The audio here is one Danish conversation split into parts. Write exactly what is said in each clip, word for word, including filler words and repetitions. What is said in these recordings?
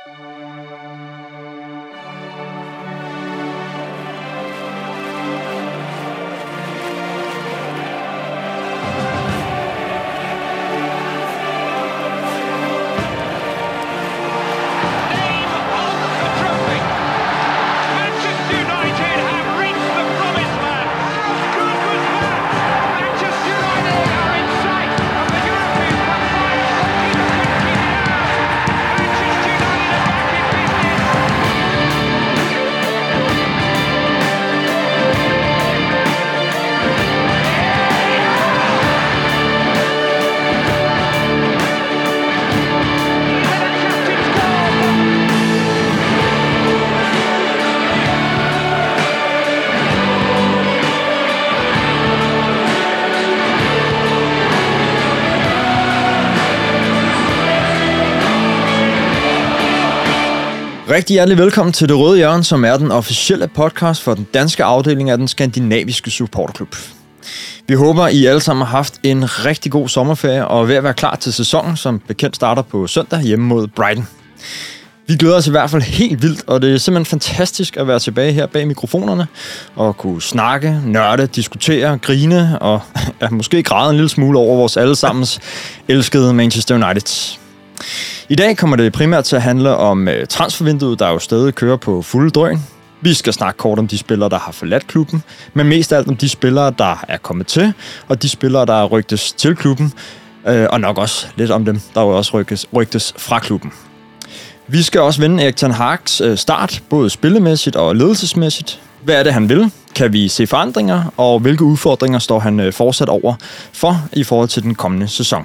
Rigtig hjertelig velkommen til Det Røde Hjørne, som er den officielle podcast for den danske afdeling af den skandinaviske supporterklub. Vi håber, I alle sammen har haft en rigtig god sommerferie og er ved at være klar til sæsonen, som bekendt starter på søndag hjemme mod Brighton. Vi glæder os i hvert fald helt vildt, og det er simpelthen fantastisk at være tilbage her bag mikrofonerne og kunne snakke, nørde, diskutere, grine og ja, måske græde en lille smule over vores allesammens elskede Manchester United. I dag kommer det primært til at handle om uh, transfervinduet, der jo stadig kører på fulde drøn. Vi skal snakke kort om de spillere, der har forladt klubben, men mest af alt om de spillere, der er kommet til, og de spillere, der rygtes til klubben, uh, og nok også lidt om dem, der jo også rygtes, rygtes fra klubben. Vi skal også vende Erik ten Hag's uh, start, både spillemæssigt og ledelsesmæssigt. Hvad er det, han vil? Kan vi se forandringer, og hvilke udfordringer står han uh, fortsat over for i forhold til den kommende sæson?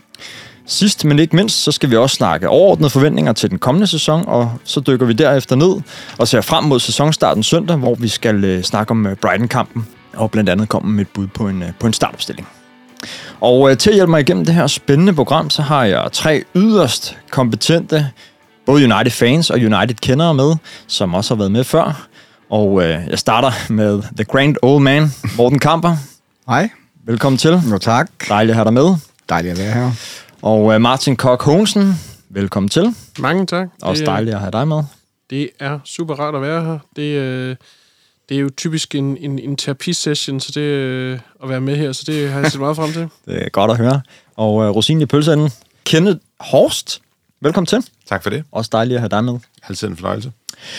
Sidst, men ikke mindst, så skal vi også snakke overordnede forventninger til den kommende sæson, og så dykker vi derefter ned og ser frem mod sæsonstarten søndag, hvor vi skal øh, snakke om øh, Brighton-kampen, og blandt andet komme med et bud på en, øh, på en startopstilling. Og øh, til at hjælpe mig igennem det her spændende program, så har jeg tre yderst kompetente, både United-fans og United-kendere med, som også har været med før. Og øh, jeg starter med The Grand Old Man, Morten Kamper. Hej. Velkommen til. Jo, tak. Dejligt at have dig med. Dejligt at være her. Og Martin Koch Hogensen, velkommen til. Mange tak. Også dejligt at have dig med. Det er super rart at være her. Det, øh, det er jo typisk en, en, en terapisession, så det øh, at være med her, så det har jeg set meget frem til. Det er godt at høre. Og øh, rosinen i pølseenden, Kenneth Horst, velkommen til. Tak for det. Også dejligt at have dig med. Altid en fornøjelse.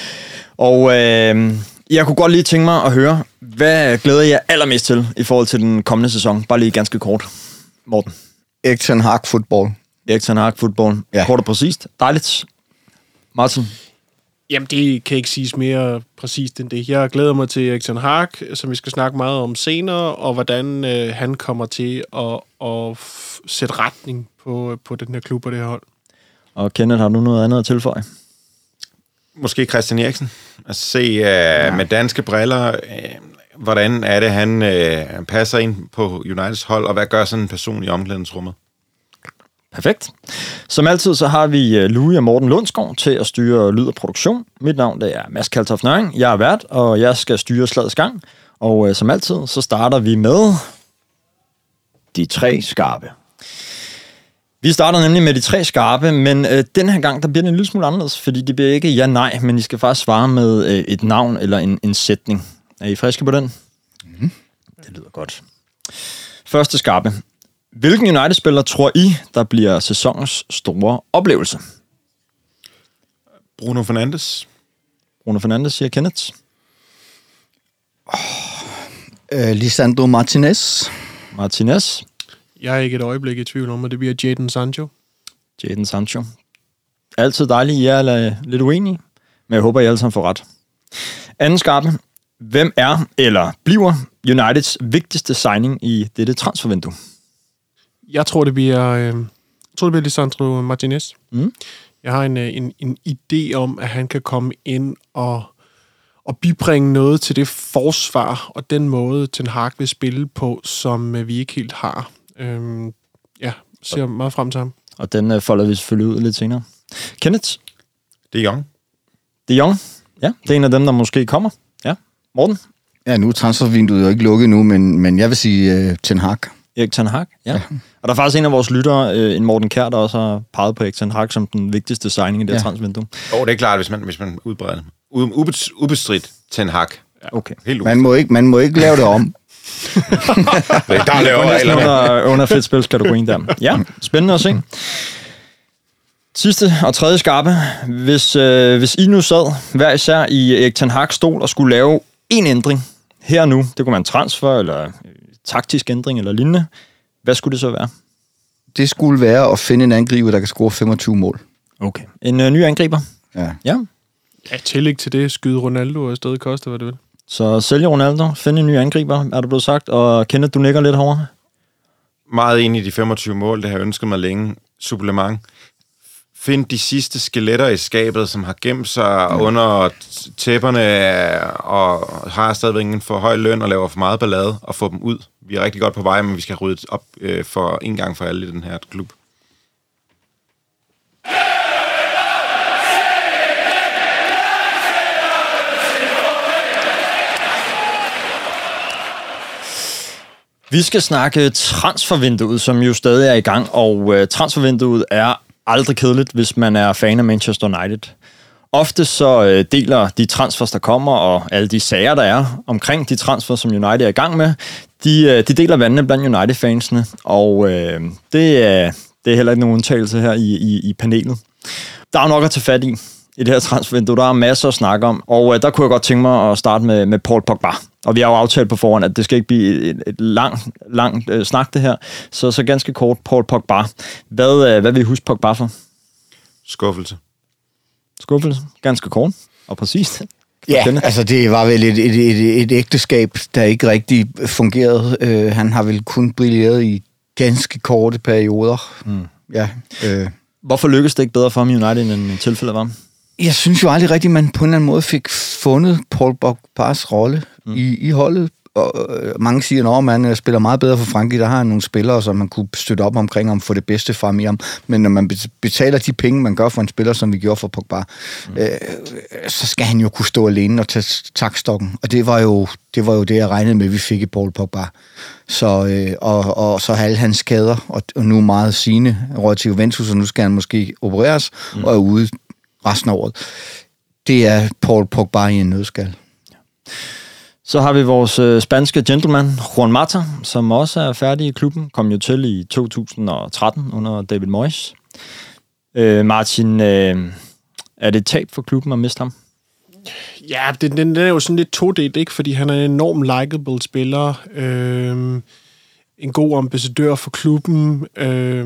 Og øh, jeg kunne godt lige tænke mig at høre, hvad glæder jeg allermest til i forhold til den kommende sæson? Bare lige ganske kort, Morten. Erik ten Hag fodbold. Erik ten Hag fodbold. Ja. Kort og præcist. Dejligt. Martin? Jamen, det kan ikke siges mere præcist end det. Jeg glæder mig til Erik ten Hag, som vi skal snakke meget om senere, og hvordan øh, han kommer til at, at f- sætte retning på, på den her klub og det her hold. Og Kenneth, har du noget andet at tilføje? Måske Christian Eriksen. At se uh, ja. med danske briller, uh, hvordan er det, han uh, passer ind på Uniteds hold, og hvad gør sådan en person i omklædningsrummet? Perfekt. Som altid, så har vi Louis og Morten Lundsgaard til at styre lyd og produktion. Mit navn det er Mads Kaltoft Nøring. Jeg er vært, og jeg skal styre slagets gang. Og uh, som altid, så starter vi med de tre skarpe. Vi starter nemlig med de tre skarpe, men øh, den her gang, der bliver det en lille smule anderledes, fordi det bliver ikke ja-nej, men I skal faktisk svare med øh, et navn eller en, en sætning. Er I friske på den? Mm. Det lyder godt. Første skarpe. Hvilken United-spiller tror I, der bliver sæsonens store oplevelse? Bruno Fernandes. Bruno Fernandes, siger Kenneth. Oh, øh, Lisandro Martinez. Martinez. Jeg er ikke et øjeblik i tvivl om, at det bliver Jadon Sancho. Jadon Sancho. Altid dejligt, I er lidt uenige, men jeg håber, I alle sammen får ret. Anden skarpe. Hvem er eller bliver Uniteds vigtigste signing i dette transfervindue? Jeg tror, det bliver, øh, jeg tror, det bliver Lisandro Martinez. Mm. Jeg har en, en, en idé om, at han kan komme ind og, og bibringe noget til det forsvar, og den måde, Ten Hag vil spille på, som vi ikke helt har. Øhm, ja, ser meget frem til ham. Og den øh, folder vi selvfølgelig ud lidt senere. Kenneth? Det er Young. Det er Young? Ja, det er en af dem, der måske kommer. Ja, Morten? Ja, nu er transfervinduet jo ikke lukket nu, men, men jeg vil sige uh, Ten Hag. Erik ten Hag, ja. ja. Og der er faktisk en af vores lyttere, øh, en Morten Kjær, der også har peget på Erik ten Hag som den vigtigste signing i det ja. transfervindue. Åh, oh, det er klart, hvis man, hvis man udbreder det. Ubestridt ten Hag. Ja, okay. Helt man, må ikke, man må ikke lave det om. det der laver det under, under fedtspilskategorien der. Ja, spændende at se. Sidste og tredje skarpe. Hvis, øh, hvis I nu sad hver især i Erik ten Hag's stol og skulle lave en ændring her og nu, det kunne man transfer eller taktisk ændring eller lignende, hvad skulle det så være? Det skulle være at finde en angriber, der kan score femogtyve mål. Okay. En øh, ny angriber? Ja. Ja. Ja, tillæg til det, skyde Ronaldo og stadig koster, hvad det vil. Så sælge Ronaldo, finde en ny angriber, er det blevet sagt, og Kenneth, du nikker lidt herovre. Meget enig i de femogtyve mål, det har jeg ønsket mig længe. Supplement. Find de sidste skeletter i skabet, som har gemt sig mm. under tæpperne og har stadigvæk en for høj løn og laver for meget ballade, og få dem ud. Vi er rigtig godt på vej, men vi skal rydde op øh, for en gang for alle i den her klub. Vi skal snakke transfervinduet, som jo stadig er i gang, og øh, transfervinduet er aldrig kedeligt, hvis man er fan af Manchester United. Ofte så øh, deler de transfers, der kommer, og alle de sager, der er omkring de transfers, som United er i gang med, de, øh, de deler vandene blandt United-fansene, og øh, det, er, det er heller ikke nogen undtagelse her i, i, i panelet. Der er nok at tage fat i i det her transfervindue. Der er masser at snakke om, og øh, der kunne jeg godt tænke mig at starte med, med Paul Pogba. Og vi har jo aftalt på forhånd, at det skal ikke blive et, et langt lang, øh, snak, det her. Så, så ganske kort, Paul Pogba. Hvad, øh, hvad vil I huske Pogba for? Skuffelse. Skuffelse. Ganske kort og præcist. Ja, altså det var vel et, et, et, et ægteskab, der ikke rigtig fungerede. Uh, han har vel kun brilleret i ganske korte perioder. Mm. Ja. Uh. Hvorfor lykkedes det ikke bedre for ham i United, end tilfældet var? Jeg synes jo aldrig rigtigt, at man på en eller anden måde fik fundet Paul Pogba's rolle mm. i, i holdet. Og øh, mange siger, at man spiller meget bedre for Frankrig. Der har han nogle spillere, som man kunne støtte op omkring om, få det bedste frem i ham. Men når man betaler de penge, man gør for en spiller, som vi gjorde for Pogba, mm. øh, så skal han jo kunne stå alene og tage taktstokken. Og det var jo det, var jo det jeg regnede med, vi fik i Paul Pogba. Så, øh, og, og så alle hans skader, og, og nu meget sine råd til Juventus, og nu skal han måske opereres, mm. og er ude resten af året. Det er Paul Pogba i en nødskal. Ja. Så har vi vores øh, spanske gentleman, Juan Mata, som også er færdig i klubben. Kom jo til i to tusind og tretten under David Moyes. Øh, Martin, øh, er det et tab for klubben at miste ham? Ja, den, den er jo sådan lidt todelt, ikke? Fordi han er en enormt likable spiller. Øh, en god ambassadør for klubben. Øh,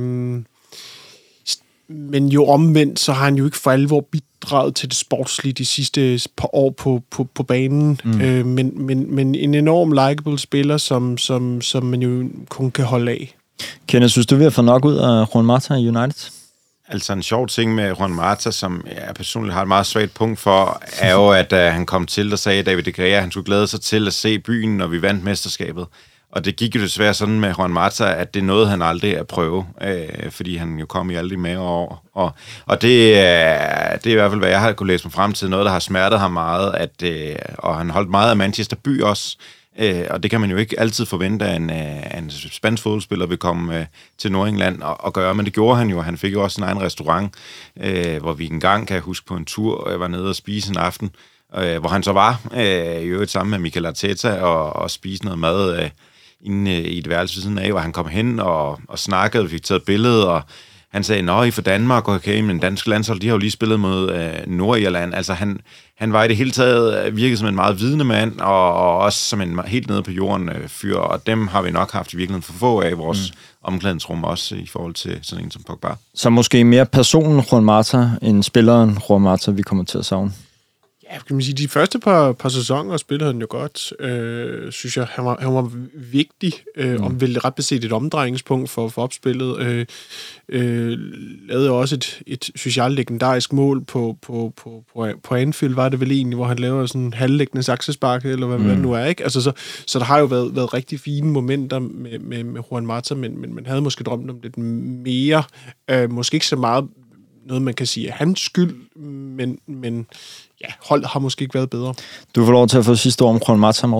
men jo omvendt, så har han jo ikke for alvor bidraget til det sportslige de sidste par år på, på, på banen. Mm. Øh, men, men, men en enorm likable spiller, som, som, som man jo kun kan holde af. Kenneth, synes du, vi har fået nok ud af Juan Mata i United? Altså en sjov ting med Juan Mata, som jeg personligt har et meget svagt punkt for, er jo, at uh, han kom til og sagde, David de Gea, han skulle glæde sig til at se byen, når vi vandt mesterskabet. Og det gik jo desværre sådan med Juan Mata, at det er noget, han aldrig er prøve, øh, fordi han jo kom i alle de magre år. Og, og det, er, det er i hvert fald, hvad jeg har kunnet læse mig frem til, noget, der har smertet ham meget, at, øh, og han holdt meget af Manchester by også, øh, og det kan man jo ikke altid forvente, at en, øh, en spansk fodboldspiller vil komme øh, til Nordengland og, og gøre, men det gjorde han jo. Han fik jo også sin egen restaurant, øh, hvor vi engang, kan jeg huske, på en tur, og jeg var nede og spise en aften, øh, hvor han så var, øh, i øvrigt sammen med Mikel Arteta, og, og spise noget mad, øh, inde i et værelse ved siden af, hvor han kom hen og, og snakkede, og fik taget et billede, og han sagde, nå, I er fra Danmark, okay, men danske landshold, de har jo lige spillet mod øh, Nordirland. Altså, han, han var i det hele taget virket som en meget vidende mand, og, og også som en helt nede på jorden øh, fyr, og dem har vi nok haft i virkeligheden for få af i vores mm. omklædningsrum, også i forhold til sådan en som Pogba. Så måske mere personen Juan Mata, end spilleren Juan Mata, vi kommer til at savne? Ja, kan man sige, de første par, par sæsoner spillede han jo godt, øh, synes jeg. Han var, han var vigtig, øh, mm. og vel ret beset et omdrejningspunkt for, for opspillet. Øh, øh, lavede også et, et, synes jeg, legendarisk mål på, på, på, på, på Anfield, var det vel egentlig, hvor han laver sådan en halvlæggende saksespark, eller hvad, mm. hvad det nu er, ikke? Altså, så, så der har jo været, været rigtig fine momenter med, med, med Juan Mata, men, men man havde måske drømt om lidt mere. Øh, måske ikke så meget noget, man kan sige er hans skyld, men, men ja, holdet har måske ikke været bedre. Du får lov til at få sidste ord om Juan Mata, Morten.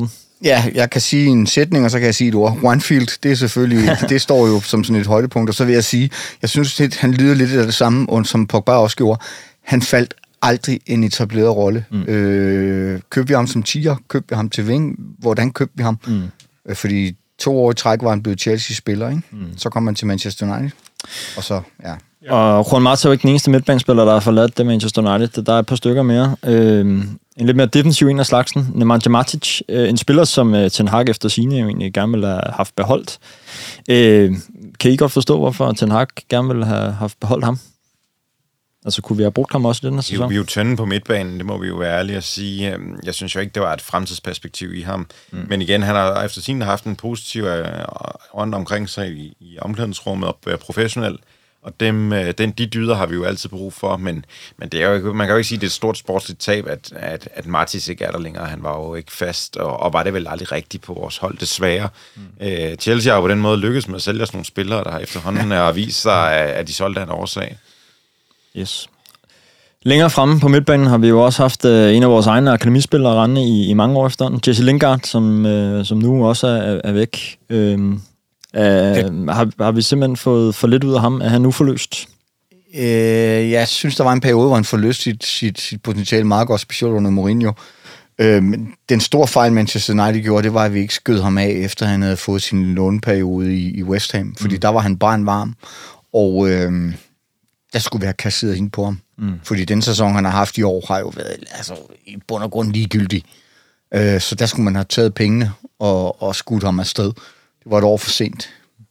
Ja, jeg kan sige en sætning, og så kan jeg sige et ord. Onefield, det er selvfølgelig, det står jo som sådan et højdepunkt, og så vil jeg sige, jeg synes, at han lyder lidt af det samme, som Pogba også gjorde. Han faldt aldrig en etableret rolle. Mm. Øh, købte vi ham som tier? Købte vi ham til ving? Hvordan købte vi ham? Mm. Øh, fordi to år i træk var han blevet Chelsea-spiller, ikke? Mm. Så kom han til Manchester United, og så, ja. Og Juan Mata er jo ikke den eneste midtbanespiller, der har forladt det Manchester United. Der er et par stykker mere. Øh, en lidt mere defensiv en af slagsen. Nemanja Matic, øh, en spiller, som øh, Ten Hag efter sigende jo egentlig gerne ville have haft beholdt. Øh, kan I godt forstå, hvorfor Ten Hag gerne ville have haft beholdt ham? Altså, kunne vi have brugt ham også i den her sæson? Vi er jo tynde på midtbanen, det må vi jo være ærlige at sige. Jeg synes jo ikke, det var et fremtidsperspektiv i ham. Mm. Men igen, han har efter sin haft en positiv ånd omkring sig i, i omklædningsrummet og være professionel. Og dem, den, de dyder har vi jo altid brug for, men, men det er jo ikke, man kan jo ikke sige, at det er et stort sportsligt tab, at, at, at Martis ikke er der længere. Han var jo ikke fast, og, og var det vel aldrig rigtigt på vores hold, desværre. Mm. Øh, Chelsea har jo på den måde lykkedes med at sælge sådan nogle spillere, der efterhånden har vist sig, at de solgte af en årsag. Yes. Længere fremme på midtbanen har vi jo også haft øh, en af vores egne akademispillere rende i, i mange år efterhånden, Jesse Lingard, som, øh, som nu også er, er væk. Øh, øh, har, har vi simpelthen fået for lidt ud af ham? Er han nu forløst? Øh, jeg synes, der var en periode, hvor han forløste sit, sit, sit potentiale meget godt, specielt under Mourinho. Øh, men den store fejl, Manchester United gjorde, det var, at vi ikke skød ham af, efter han havde fået sin låneperiode i, i West Ham. Fordi mm. der var han brandvarm, og øh, der skulle vi have kasseret hende på ham. Mm. Fordi den sæson, han har haft i år, har jo været altså, i bund og grund ligegyldig. Øh, så der skulle man have taget pengene og, og skudt ham afsted. Det var et år for sent.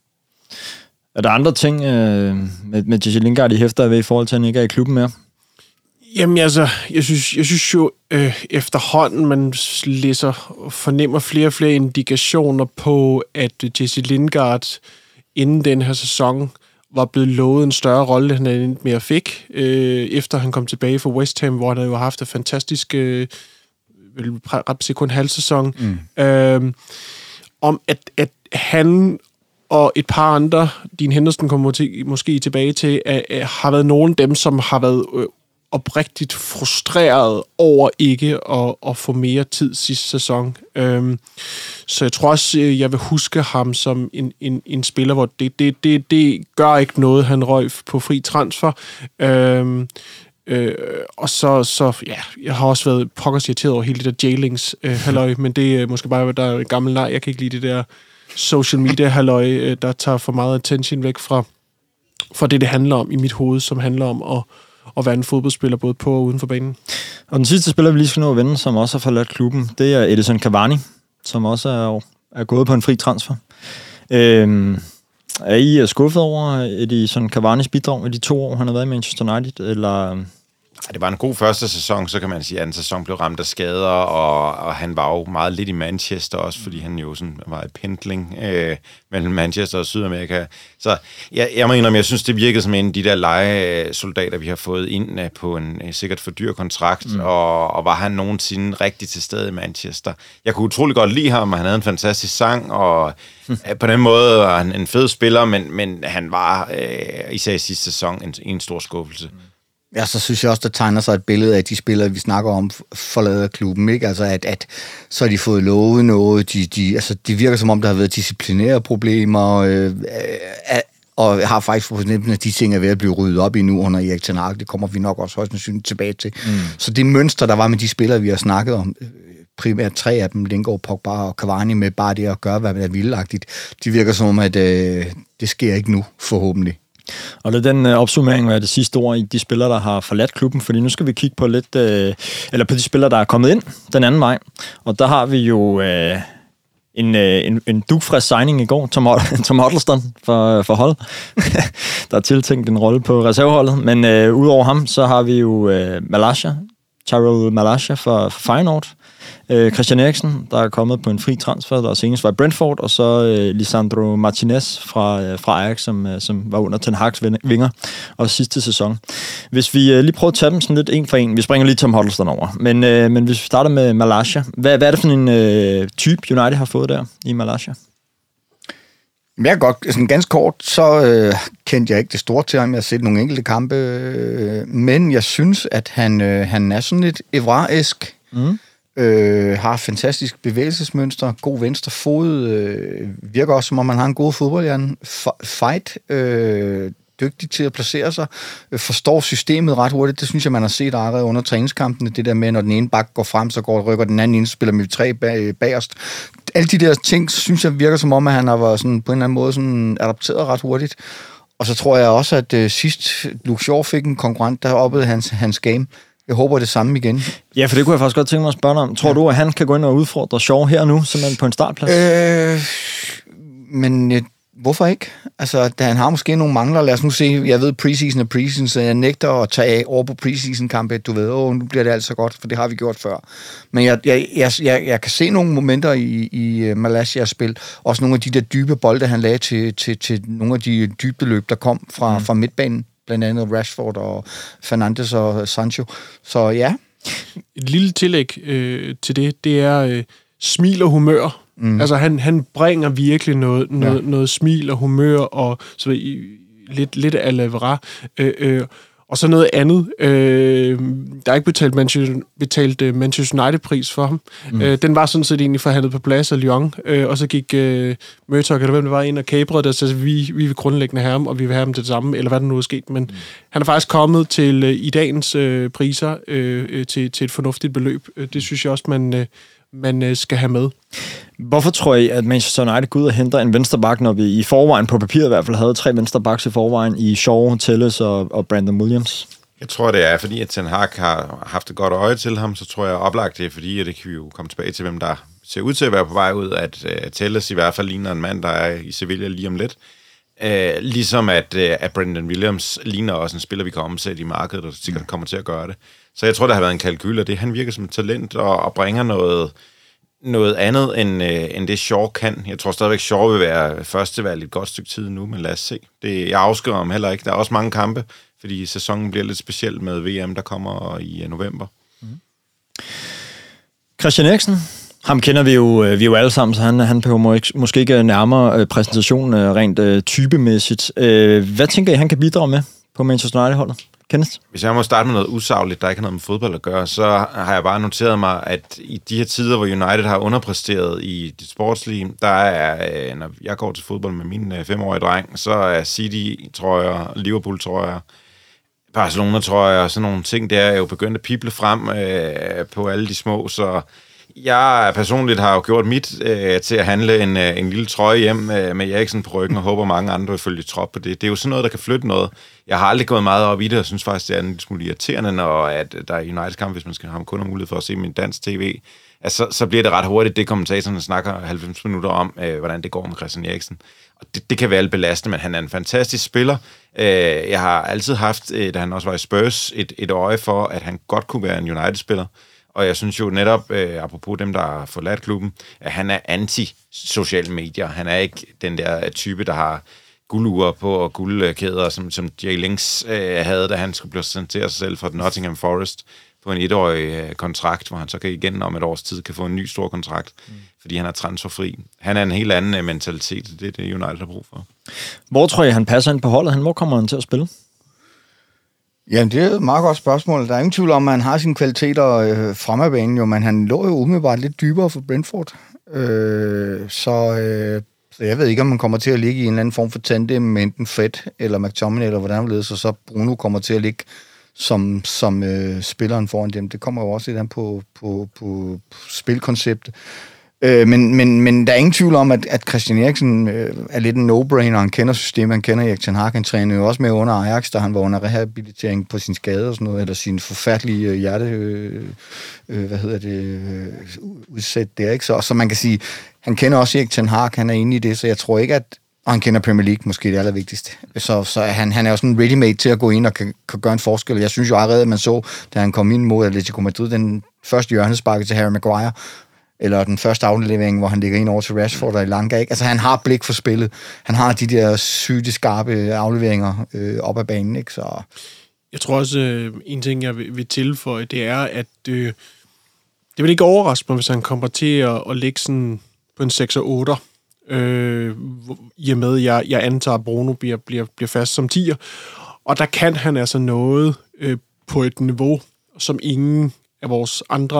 Er der andre ting øh, med, med Jesse Lingard, I hæfter ved i forhold til, at han ikke er i klubben mere? Jamen altså, jeg synes, jeg synes jo øh, efterhånden, man læser og fornemmer flere og flere indikationer på, at Jesse Lingard inden den her sæson var blevet lovet en større rolle, han endte mere fik, øh, efter han kom tilbage fra West Ham, hvor han jo har haft et fantastisk, øh, ret sikkert kun halv sæson, mm. øh, om at, at han og et par andre, din Henderson kommer til, måske tilbage til, at, at har været nogle af dem, som har været øh, oprigtigt frustreret over ikke at, at få mere tid sidste sæson. Øhm, så jeg tror også, jeg vil huske ham som en, en, en spiller, hvor det, det, det, det gør ikke noget, han røg på fri transfer. Øhm, øh, og så, så, ja, jeg har også været pokkers irriteret over hele det der jailings øh, halløj, men det er måske bare, der er en gammel nej, jeg kan ikke lide det der social media halløj, øh, der tager for meget attention væk fra, fra det, det handler om i mit hoved, som handler om at at være en fodboldspiller både på og uden for banen. Og den sidste spiller, vi lige skal nå at vende, som også har forladt klubben, det er Edison Cavani, som også er, er gået på en fri transfer. Øhm, er I skuffet over Edison Cavanis bidrag i de to år, han har været i Manchester United, eller... Det var en god første sæson, så kan man sige, at anden sæson blev ramt af skader, og, og han var jo meget lidt i Manchester også, fordi han jo sådan var et pendling øh, mellem Manchester og Sydamerika. Så jeg, jeg mener, jeg synes, det virkede som en af de der lejesoldater, vi har fået ind øh, på en øh, sikkert for dyr kontrakt, mm. og, og var han nogensinde rigtig til stede i Manchester. Jeg kunne utrolig godt lide ham, og han havde en fantastisk sang, og mm. øh, på den måde var han en fed spiller, men, men han var øh, især i sidste sæson en, en stor skuffelse. Mm. Ja, så synes jeg også, der tegner sig et billede af de spillere, vi snakker om, forlader klubben, ikke? Altså, at, at så har de fået lovet noget, de, de, altså, de virker som om, der har været disciplinære problemer, øh, øh, og jeg har faktisk fornemmelsen, at de ting er ved at blive ryddet op i nu under Erik Ten Hag. Det kommer vi nok også højst sandsynligt tilbage til. Mm. Så det mønster, der var med de spillere, vi har snakket om, primært tre af dem, Lingard, Pogba og Cavani, med bare det at gøre, hvad der er vildagtigt, de virker som om, at øh, det sker ikke nu, forhåbentlig. Og lad den øh, opsummering være det sidste ord i de spillere, der har forladt klubben, fordi nu skal vi kigge på lidt, øh, eller på de spillere, der er kommet ind den anden vej. Og der har vi jo øh, en, øh, en, en dugfrisk signing i går, Tom, Tom Huddleston for, for hold, der er tiltænkt en rolle på reserveholdet. Men øh, udover ham, så har vi jo øh, Malacia, Tyrell Malacia for, for Feyenoord. Øh, Christian Eriksen, der er kommet på en fri transfer, der senest var i Brentford, og så øh, Lisandro Martinez fra, øh, fra Ajax, som, øh, som var under Ten Hag's vinger, og sidste sæson. Hvis vi øh, lige prøver at tage dem sådan lidt en for en, vi springer lige Tom Huddleston over, men, øh, men hvis vi starter med Malacia, hvad, hvad er det for en øh, type, United har fået der i Malacia? Ja, godt. Sådan ganske kort, så øh, kendte jeg ikke det store til ham. Jeg har set nogle enkelte kampe, øh, men jeg synes, at han, øh, han er sådan lidt Evra-esk. Mm. Øh, har fantastisk bevægelsesmønster, god venstre fod, øh, virker også som om man har en god fodboldhjerne, fight, øh, dygtig til at placere sig, øh, forstår systemet ret hurtigt, det synes jeg, man har set allerede under træningskampene, det der med, når den ene bak går frem, så går rykker den anden ind, spiller med tre bag, bagerst. Alle de der ting, synes jeg, virker som om, at han har været sådan, på en eller anden måde sådan, adapteret ret hurtigt. Og så tror jeg også, at øh, sidst Luke Shaw fik en konkurrent, der oppede hans, hans game. Jeg håber det samme igen. Ja, for det kunne jeg faktisk godt tænke mig at spørge dig om. Tror ja. du, at han kan gå ind og udfordre Shaw her nu, simpelthen på en startplads? Øh, men øh, hvorfor ikke? Altså, da han har måske nogle mangler. Lad os nu se, jeg ved preseason og preseason, så jeg nægter at tage af over på preseason-kampe. Du ved, åh, nu bliver det altså godt, for det har vi gjort før. Men jeg, jeg, jeg, jeg, jeg kan se nogle momenter i, i Malasias spil. Også nogle af de der dybe bolde, han lagde til, til, til nogle af de dybe løb, der kom fra, mm. fra midtbanen. Blandt andet Rashford og Fernandes og Sancho. Så ja. Et lille tillæg øh, til det, det er øh, smil og humør. Mm. Altså, han, han bringer virkelig noget, noget, ja. noget smil og humør, og så lidt, lidt a la Vera. Øh, øh, og så noget andet. Øh, der er ikke betalt Manchester, betalt uh, Manchester United-pris for ham. Mm. Øh, den var sådan set egentlig forhandlet på plads af Lyon, øh, og så gik øh, Murdoch, eller hvem det var, ind og kabrede det, så vi, vi vil grundlæggende have ham, og vi vil have ham til det samme, eller hvad der nu er sket. Men mm. han er faktisk kommet til øh, i dagens øh, priser øh, til, til et fornuftigt beløb. Det synes jeg også, man... Øh, man skal have med. Hvorfor tror I, at Manchester United går ud og henter en venstreback, når vi i forvejen på papiret i hvert fald havde tre venstrebacks i forvejen i Shaw, Telles og, og Brandon Williams? Jeg tror, det er, fordi at Ten Hag har haft et godt øje til ham, så tror jeg oplagt det er, fordi at det kan vi jo komme tilbage til, hvem der ser ud til at være på vej ud, at uh, Telles i hvert fald ligner en mand, der er i Sevilla lige om lidt. Uh, ligesom at, uh, at Brandon Williams ligner også en spiller, vi kan omsætte i markedet, og sikkert kommer til at gøre det. Så jeg tror, der har været en kalkyl af det. Han virker som et talent og, og bringer noget, noget andet, end, øh, end det Shaw kan. Jeg tror stadigvæk, Shaw vil være førstevalg et godt stykke tid nu, men lad os se. Det, jeg afskriver ham heller ikke. Der er også mange kampe, fordi sæsonen bliver lidt speciel med V M, der kommer i november. Mm. Christian Eriksen, ham kender vi jo, vi er jo alle sammen, så han, han behøver måske ikke nærmere præsentation rent typemæssigt. Hvad tænker I, han kan bidrage med på Manchester United-holdet? Kenneth? Hvis jeg må starte med noget usagligt, der ikke har noget med fodbold at gøre, så har jeg bare noteret mig, at i de her tider, hvor United har underpræsteret i det sportslige, der er, når jeg går til fodbold med min femårige dreng, så er City-trøjer, Liverpool-trøjer, Barcelona-trøjer og sådan nogle ting, der er jo begyndt at pible frem øh, på alle de små, så jeg personligt har jo gjort mit øh, til at handle en, øh, en lille trøje hjem øh, med Eriksen på ryggen, og håber mange andre vil følge trop på det. Det er jo sådan noget, der kan flytte noget. Jeg har aldrig gået meget op i det, og synes faktisk, det er en lille smule irriterende, når at der er Uniteds kamp, hvis man skal have kun have mulighed for at se min dansk tv, altså, så bliver det ret hurtigt, det kommentatorerne snakker halvfems minutter om, øh, hvordan det går med Christian Eriksen. Og det, det kan være lidt belastende, men han er en fantastisk spiller. Øh, jeg har altid haft, øh, da han også var i Spurs, et, et øje for, at han godt kunne være en United-spiller. Og jeg synes jo netop, øh, apropos dem, der har forladt klubben, at han er anti-sociale medier. Han er ikke den der type, der har guldure på og guldkæder, som, som Jay Links øh, havde, da han skulle præsentere sig selv fra Nottingham Forest på en etårig øh, kontrakt, hvor han så kan igen om et års tid kan få en ny stor kontrakt, mm. fordi han er transferfri. Han er en helt anden øh, mentalitet, det er det, United har brug for. Hvor tror jeg, han passer ind på holdet? Hvor kommer han til at spille? Jamen, det er et meget godt spørgsmål. Der er ingen tvivl om, at han har sine kvaliteter øh, fremme af banen, jo, men han lå jo umiddelbart lidt dybere for Brentford. Øh, så, øh, så jeg ved ikke, om man kommer til at ligge i en eller anden form for tandem med enten Fred eller McTominay, eller hvordan det så så Bruno kommer til at ligge som, som øh, spilleren foran dem. Det kommer jo også lidt an på, på, på, på spilkonceptet. Øh, men, men, men der er ingen tvivl om, at, at Christian Eriksen øh, er lidt en no-brainer. Han kender systemet, han kender Erik ten Hag. Han træner jo også med under Ajax, da han var under rehabilitering på sin skade og sådan noget, eller sin forfærdelige øh, hjerte, øh, øh, hvad hedder det, øh, udsæt der, ikke? Så, så man kan sige, han kender også Erik ten Hag, han er inde i det, så jeg tror ikke, at og han kender Premier League, måske det allervigtigste. Så, så han, han er jo sådan ready-made til at gå ind og kan, kan gøre en forskel. Jeg synes jo allerede, at man så, da han kom ind mod Atletico Madrid, den første hjørnesparke til Harry Maguire, eller den første aflevering, hvor han ligger ind over til Rashford og i Langa, ikke? Altså, han har blik for spillet. Han har de der syge, skarpe afleveringer øh, op ad banen, ikke? Så... Jeg tror også, øh, en ting, jeg vil, vil tilføje, det er, at øh, det vil ikke overraske mig, hvis han kommer til at, at ligge sådan på en seks og otter. Øh, I og med, jeg, jeg antager, at Bruno bliver, bliver, bliver fast som tier. Og der kan han altså noget øh, på et niveau, som ingen af vores andre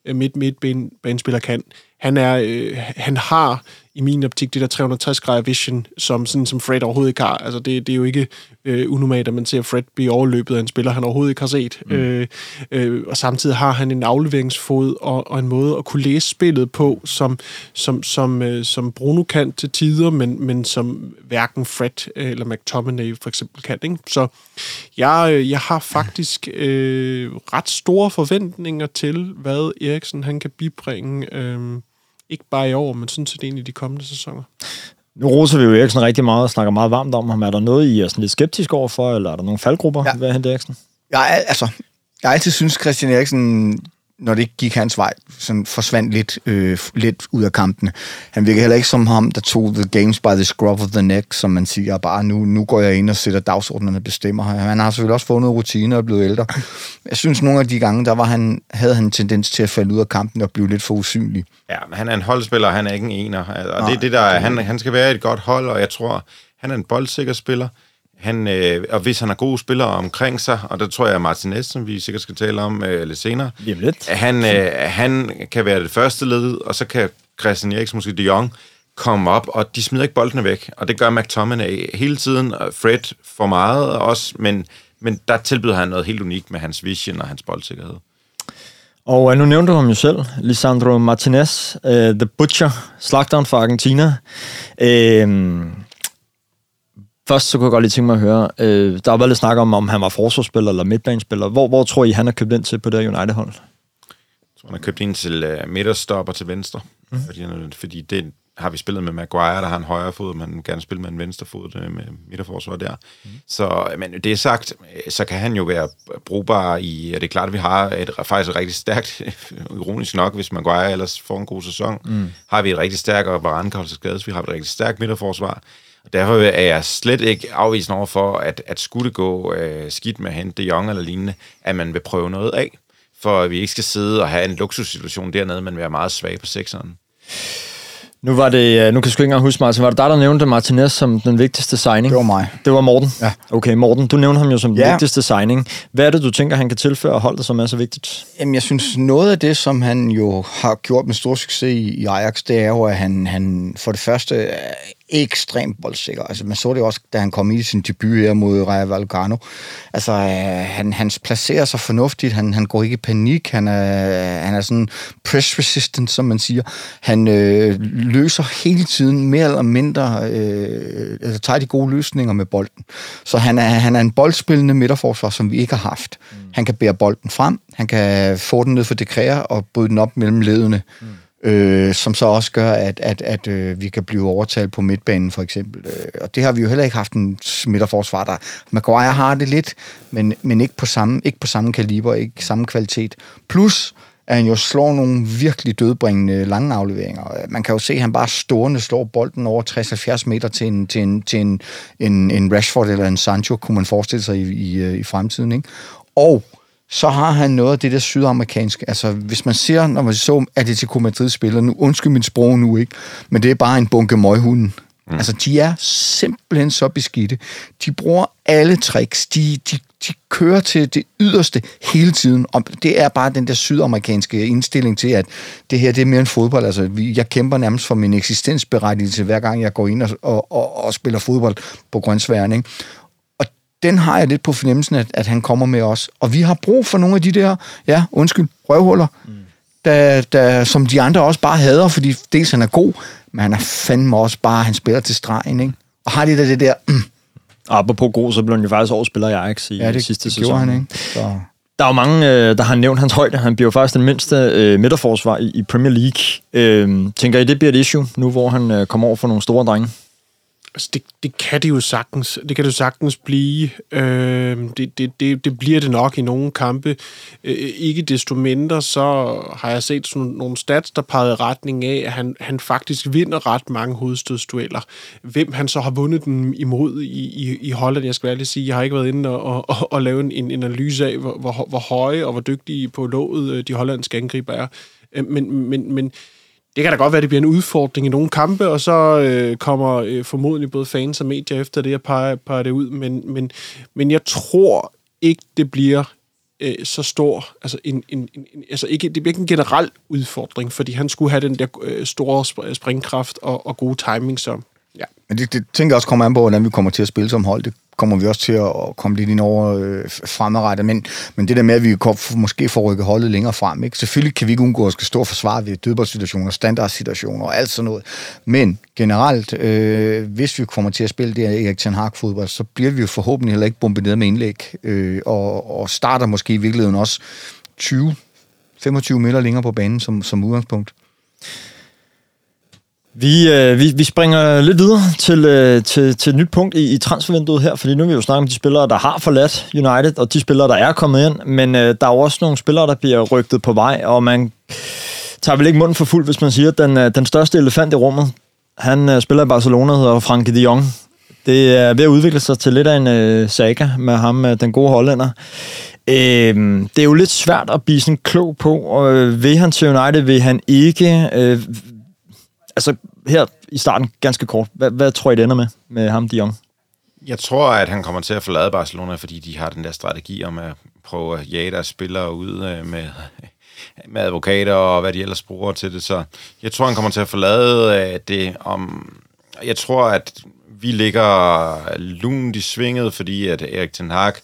midt midtbanespiller kan. Han er, øh, han har i min optik det der tre hundrede og tres grader vision, som sådan som Fred overhovedet ikke har. Altså det, det er jo ikke øh, unormalt, at man ser Fred blive overløbet af en spiller, han overhovedet ikke har set. Mm. Øh, øh, og samtidig har han en afleveringsfod og, og en måde at kunne læse spillet på, som, som, som, øh, som Bruno kan til tider, men, men som hverken Fred eller McTominay for eksempel kan. Ikke? Så jeg, jeg har faktisk øh, ret store forventninger til, hvad Eriksen han kan bibringe, øh, ikke bare i år, men sådan set egentlig de kommende sæsoner. Nu roser vi jo Eriksen rigtig meget og snakker meget varmt om ham. Er der noget, I er sådan lidt skeptisk overfor, eller er der nogle faldgrupper ja. ved at hente Eriksen? Jeg, altså, jeg har altid synes Christian Eriksen, når det ikke gik hans vej, sådan forsvandt lidt, øh, lidt ud af kampene. Han virker heller ikke som ham, der tog the games by the scruff of the neck, som man siger, bare nu, nu går jeg ind og sætter dagsordnerne og bestemmer. Han har selvfølgelig også fået noget rutine og er blevet ældre. Jeg synes, nogle af de gange, der var han, havde han en tendens til at falde ud af kampen og blive lidt for usynlig. Ja, men han er en holdspiller, han er ikke en ener. Og det er det, der er, han, han skal være et godt hold, og jeg tror, han er en boldsikker spiller. Han, øh, og hvis han har gode spillere omkring sig, og der tror jeg, at Martinez, som vi sikkert skal tale om øh, lidt senere, lidt. Han, øh, han kan være det første led, og så kan Christian Eriksen, måske de Jong, komme op, og de smider ikke boldene væk. Og det gør McTominay hele tiden, og Fred for meget også, men, men der tilbyder han noget helt unikt med hans vision og hans boldsikkerhed. Og uh, nu nævnte du ham jo selv, Lisandro Martinez, uh, The Butcher, slagteren fra Argentina. Uh, Først så kunne jeg godt lige tænke mig at høre, øh, der har været lidt snak om, om han var forsvarsspiller eller midtbanespiller. Hvor, hvor tror I, han har købt ind til på det United-hold? Jeg tror, han har købt ind til uh, midterstopper til venstre. Mm. Fordi, fordi det har vi spillet med Maguire, der har en højre fod, man vil gerne spille med en venstre fod med midterforsvar der. Mm. Så, men det er sagt, så kan han jo være brugbar i, og det er klart, at vi har et, faktisk et rigtig stærkt, ironisk nok, hvis Maguire ellers får en god sæson, mm. har vi et rigtig stærkt, og Varane kan også skades, vi har et rigtig stærkt midterforsvar. Og derfor er jeg slet ikke afvisende over for, at, at skulle det gå øh, skidt med at hente De Jong eller lignende, at man vil prøve noget af, for at vi ikke skal sidde og have en luksussituation dernede, men være meget svag på sekseren. Nu var det, nu kan jeg sgu ikke engang huske, Martin, var det dig, der nævnte Martinez som den vigtigste signing? Det var mig. Det var Morten? Ja. Okay, Morten, du nævnte ham jo som den ja. vigtigste signing. Hvad er det, du tænker, han kan tilføre holdet, som er så vigtigt? Jamen, jeg synes, noget af det, som han jo har gjort med stor succes i, i Ajax, det er jo, at han, han for det første er ekstremt boldsikker. Altså, man så det også, da han kom i sin debut her mod Rayo Vallecano. Altså, han, han placerer sig fornuftigt, han, han går ikke i panik, han er, han er sådan press-resistant, som man siger. Han øh, løser hele tiden mere eller mindre, øh, altså tager de gode løsninger med bolden. Så han er, han er en boldspillende midterforsvar, som vi ikke har haft. Mm. Han kan bære bolden frem, han kan få den ned for Dekrea og bryde den op mellem ledene. Mm. Øh, som så også gør, at, at, at øh, vi kan blive overtalt på midtbanen, for eksempel. Øh, og det har vi jo heller ikke haft en midterforsvar, der Maguire har det lidt, men, men ikke, på samme, ikke på samme kaliber, ikke samme kvalitet. Plus, at han jo slår nogle virkelig dødbringende lange afleveringer. Man kan jo se, at han bare stående slår bolden over tres til halvfjerds meter til en, til en, til en, en, en Rashford eller en Sancho, kunne man forestille sig i, i, i fremtiden. Ikke? Og så har han noget af det der sydamerikanske. Altså, hvis man ser, når man så Atletico Madrid spiller, nu undskyld mit sprog nu, ikke? Men det er bare en bunke møghunden. Mm. Altså, de er simpelthen så beskidte. De bruger alle tricks. De, de, de kører til det yderste hele tiden. Og det er bare den der sydamerikanske indstilling til, at det her, det er mere end fodbold. Altså, jeg kæmper nærmest for min eksistensberettigelse, hver gang jeg går ind og, og, og, og spiller fodbold på grønsværen, ikke? Den har jeg lidt på fornemmelsen, at, at han kommer med os. Og vi har brug for nogle af de der, ja, undskyld, røvhuller, mm. der, der, som de andre også bare hader, fordi dels han er god, men han er fandme også bare, han spiller til stregen, ikke? Og har de der det der... Mm. Apropos god, så blev han jo faktisk årsspiller i Ajax i ja, det, sidste det sæson. Han, ikke? Så. Der er jo mange, der har nævnt hans højde. Han bliver jo faktisk den mindste øh, midterforsvar i, i Premier League. Øh, tænker I, det bliver et issue, nu hvor han øh, kommer over for nogle store drenge? Altså det, det kan det jo sagtens. Det kan det jo sagtens blive. Øh, det, det, det, det bliver det nok i nogle kampe. Øh, ikke desto mindre, så har jeg set sådan nogle stats, der pegede i retning af, at han, han faktisk vinder ret mange hovedstødsdueller. Hvem han så har vundet dem imod i, i, i Holland, jeg skal ærligt sige. Jeg har ikke været inde og, og, og lave en, en analyse af, hvor, hvor, hvor høje og hvor dygtige på låget de hollandske angriber er. Øh, men, men, men det kan da godt være, at det bliver en udfordring i nogle kampe, og så øh, kommer øh, formodentlig både fans og medier efter det, og peger, peger det ud. Men, men, men jeg tror ikke, det bliver øh, så stor, altså, en, en, en, altså ikke, det bliver ikke en generel udfordring, fordi han skulle have den der øh, store springkraft og, og gode timing, så ja. Men det, det tænker jeg også kommer an på, hvordan vi kommer til at spille som hold. Det kommer vi også til at komme lidt ind over øh, fremadrettet, men, men det der med, at vi kom, måske får rykket holdet længere frem, ikke? Selvfølgelig kan vi ikke undgå at skal stå og forsvare ved dødboldsituationer, standardsituationer og alt sådan noget, men generelt, øh, hvis vi kommer til at spille det her Erik ten Hag-fodbold, så bliver vi jo forhåbentlig heller ikke bombarderet med indlæg, øh, og, og starter måske i virkeligheden også tyve til femogtyve meter længere på banen som, som udgangspunkt. Vi, øh, vi, vi springer lidt videre til, øh, til, til et nyt punkt i, i transfervinduet her, fordi nu vil vi jo snakke om de spillere, der har forladt United, og de spillere, der er kommet ind, men øh, der er jo også nogle spillere, der bliver rygtet på vej, og man tager vel ikke munden for fuld, hvis man siger, at den, øh, den største elefant i rummet, han øh, spiller i Barcelona, hedder Frenkie de Jong. Det er ved at udvikle sig til lidt af en øh, saga med ham, øh, den gode hollænder. Øh, det er jo lidt svært at blive sådan klog på, og øh, vil han til United, vil han ikke... Øh, altså her i starten, ganske kort, hvad, hvad tror I, det ender med, med ham, de Jong? Jeg tror, at han kommer til at forlade Barcelona, fordi de har den der strategi om at prøve at jage deres spillere ud med, med advokater og hvad de ellers bruger til det. Så jeg tror, han kommer til at forlade det om... Jeg tror, at vi ligger lunt i svinget, fordi at Erik ten Hag,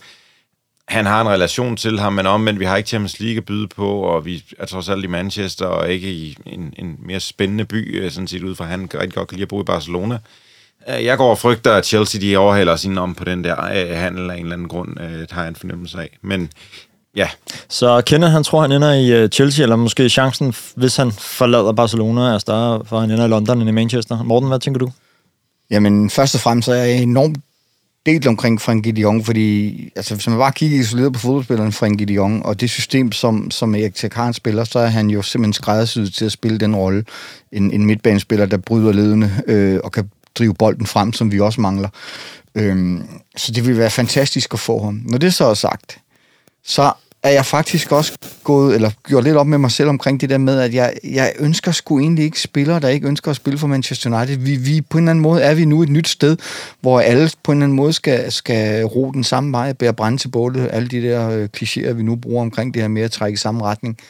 han har en relation til ham, men omvendt, vi har ikke Champions League at byde på, og vi er trods alt i Manchester, og ikke i en, en mere spændende by, sådan set ud fra, han rigtig godt kan lide at bo i Barcelona. Jeg går og frygter, at Chelsea, de overhaler os om på den der handel af en eller anden grund, det har jeg en fornemmelse af. Men ja. Så Kenneth, han tror, han ender i Chelsea, eller måske chancen, hvis han forlader Barcelona, er større, for han ender i London end i Manchester. Morten, hvad tænker du? Jamen, først og fremmest er jeg enormt delt omkring Frenkie de Jong, fordi altså, hvis man bare kigger isoleret på fodboldspilleren Frenkie de Jong, og det system, som, som Erik ten Hag spiller, så er han jo simpelthen skræddersyet til at spille den rolle. En, en midtbanespiller, der bryder ledene øh, og kan drive bolden frem, som vi også mangler. Øhm, så det vil være fantastisk at få ham. Når det så er sagt, så er jeg faktisk også gået, eller gjort lidt op med mig selv omkring det der med, at jeg, jeg ønsker sgu egentlig ikke spillere, der ikke ønsker at spille for Manchester United. Vi, vi på en eller anden måde er vi nu et nyt sted, hvor alle på en eller anden måde skal, skal ro den samme vej, bære brænde til bålet, alle de der øh, klichéer, vi nu bruger omkring det her med at trække i samme retning.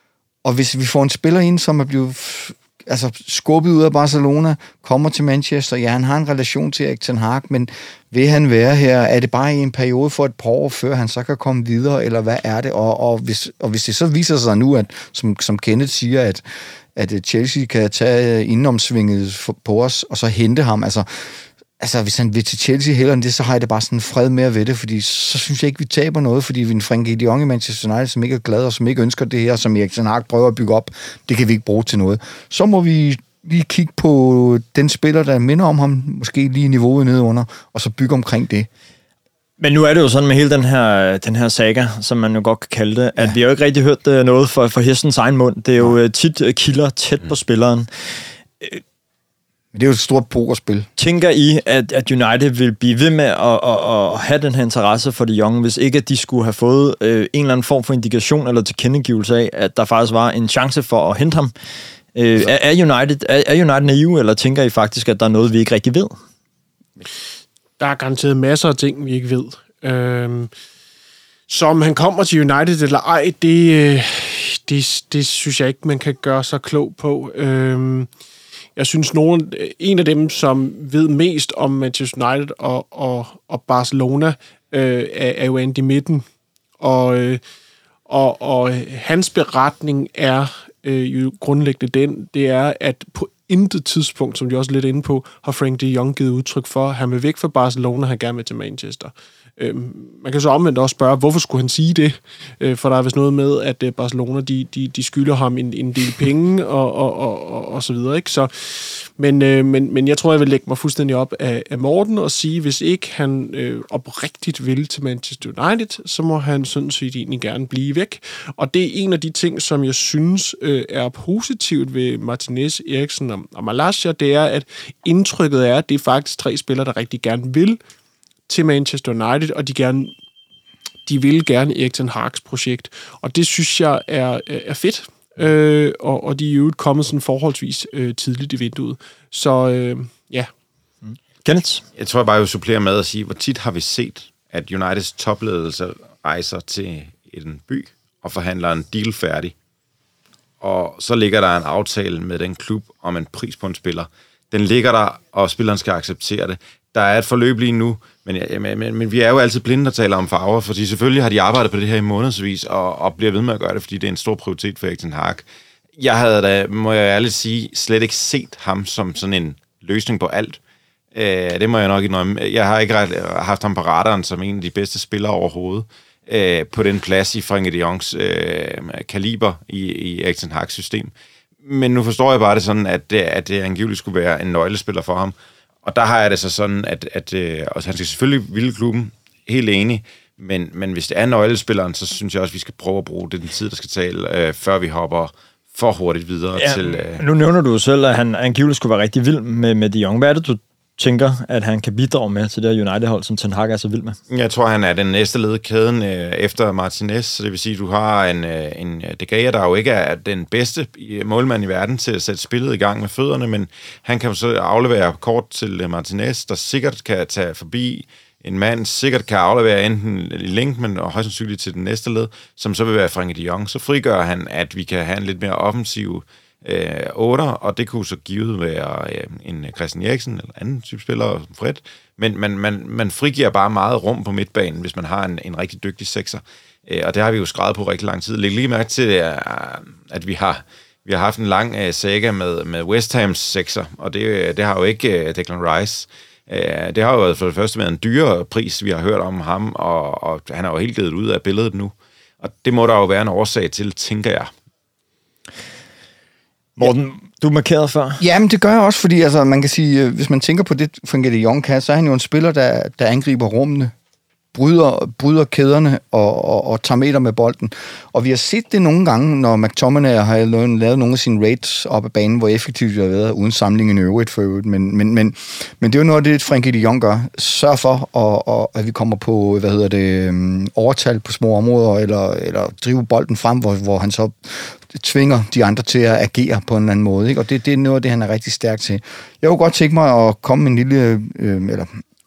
Og hvis vi får en spiller ind, som er blevet altså, skubbet ud af Barcelona, kommer til Manchester, ja, han har en relation til Erik ten Hag, men vil han være her? Er det bare i en periode for et par år, før han så kan komme videre, eller hvad er det? Og, og, hvis, og hvis det så viser sig nu, at som, som Kenneth siger, at, at Chelsea kan tage indenomsvinget på os, og så hente ham, altså, altså hvis han vil til Chelsea heller end det, så har jeg det bare sådan fred med ved det, fordi så synes jeg ikke, vi taber noget, fordi vi er en Frenkie de Jong i Manchester United, som ikke er glad, og som ikke ønsker det her, som Erik ten Hag prøver at bygge op, det kan vi ikke bruge til noget. Så må vi lige kigge på den spiller, der minder om ham, måske lige niveauet nede under, og så bygge omkring det. Men nu er det jo sådan med hele den her, den her saga, som man jo godt kan kalde det, at ja. vi har jo ikke rigtig hørt noget fra, fra hestens egen mund. Det er jo tit kilder tæt på spilleren. Det er jo et stort pokerspil. Tænker I, at, at United vil blive ved med at, at, at have den her interesse for de Jong, hvis ikke at de skulle have fået øh, en eller anden form for indikation eller tilkendegivelse af, at der faktisk var en chance for at hente ham? Øh, er, er, United, er, er United naive, eller tænker I faktisk, at der er noget, vi ikke rigtig ved? Der er garanteret masser af ting, vi ikke ved. Øhm, så om han kommer til United eller ej, det, det, det synes jeg ikke, man kan gøre sig klog på. Øhm, jeg synes, nogen, en af dem, som ved mest om Manchester United og, og, og Barcelona, øh, er, er jo Andy Midden. Og, øh, og, og hans beretning er øh, jo grundlæggende den, det er, at på intet tidspunkt, som de også er lidt inde på, har Frank de Jong givet udtryk for, at han vil væk fra Barcelona, han gerne vil til Manchester. Øhm, man kan så omvendt også spørge, hvorfor skulle han sige det? Øh, for der er vist noget med, at øh, Barcelona, de, de, de skylder ham en, en del penge, og, og, og, og, og så videre, ikke? Så, men, øh, men, men jeg tror, jeg vil lægge mig fuldstændig op af, af Morten og sige, hvis ikke han øh, oprigtigt vil til Manchester United, så må han sådan set egentlig gerne blive væk. Og det er en af de ting, som jeg synes øh, er positivt ved Martinez, Eriksen og, og Malacia, det er, at indtrykket er, at det er faktisk tre spillere, der rigtig gerne vil til Manchester United, og de, gerne, de vil gerne Erik ten Hags projekt. Og det synes jeg er, er fedt, øh, og, og de er jo kommet sådan forholdsvis øh, tidligt i vinduet. Så øh, ja. Mm. Kenneth? Jeg tror bare, jeg vil supplere med at sige, hvor tit har vi set, at Uniteds topledelse rejser til en by og forhandler en deal færdig, og så ligger der en aftale med den klub om en pris på en spiller. Den ligger der, og spilleren skal acceptere det. Der er et forløb lige nu, men, ja, men, men, men vi er jo altid blinde, der taler om farver, fordi selvfølgelig har de arbejdet på det her i månedsvis, og, og bliver ved med at gøre det, fordi det er en stor prioritet for Erik ten Hag. Jeg havde da, må jeg ærligt sige, slet ikke set ham som sådan en løsning på alt. Øh, det må jeg nok indrømme. Jeg har ikke haft ham på radaren som en af de bedste spillere overhovedet, øh, på den plads i Frenkie de Jongs øh, kaliber i, i Erik ten Hags system. Men nu forstår jeg bare det sådan, at det, at det angiveligt skulle være en nøglespiller for ham. Og der har jeg det så sådan, at, at øh, altså, han skal selvfølgelig ville klubben, helt enig, men, men hvis det er nøglespilleren, så synes jeg også, at vi skal prøve at bruge det den tid, der skal tale, øh, før vi hopper for hurtigt videre ja, til... Øh... Nu nævner du selv, at han angiveligt skulle være rigtig vild med, med de Jong. Hvad er det, du tænker, at han kan bidrage med til det her United-hold, som ten Hag er så vild med? Jeg tror, han er den næste led i kæden øh, efter Martinez, så det vil sige, at du har en, øh, en De Gea, der jo ikke er den bedste målmand i verden til at sætte spillet i gang med fødderne, men han kan så aflevere kort til Martinez, der sikkert kan tage forbi en mand, sikkert kan aflevere enten i link, men og højst sandsynligt til den næste led, som så vil være Frenkie de Jong. Så frigør han, at vi kan have en lidt mere offensiv øh, otter, og det kunne så givet være øh, en Christian Eriksen eller anden type spiller, Fred. Men man, man, man frigiver bare meget rum på midtbanen, hvis man har en, en rigtig dygtig sekser. Øh, og det har vi jo skrevet på rigtig lang tid. Læg lige mærke til, at vi har, vi har haft en lang øh, saga med, med West Hams sekser, og det, det har jo ikke øh, Declan Rice. Det har jo for det første været en dyre pris, vi har hørt om ham, og, og han er jo helt givet ud af billedet nu. Og det må der jo være en årsag til, tænker jeg. Morten, ja. Du markerede før. Jamen, det gør jeg også, fordi altså, man kan sige, hvis man tænker på det, Frenkie de Jong kan, så er han jo en spiller, der, der angriber rummene, bryder, bryder kæderne og, og, og tager meter med bolden. Og vi har set det nogle gange, når McTominay har lavet, lavet nogle af sine raids op ad banen, hvor effektivt det har været, uden sammenligning i øvrigt for øvrigt. Men, men, men, men det er jo noget af det, Frenkie de Jong gør. Sørg for, og, og, at vi kommer på, hvad hedder det, um, overtal på små områder, eller, eller drive bolden frem, hvor, hvor han så tvinger de andre til at agere på en eller anden måde. Ikke? Og det, det er noget af det, han er rigtig stærk til. Jeg kunne godt tænke mig at komme med en lille... Øh, eller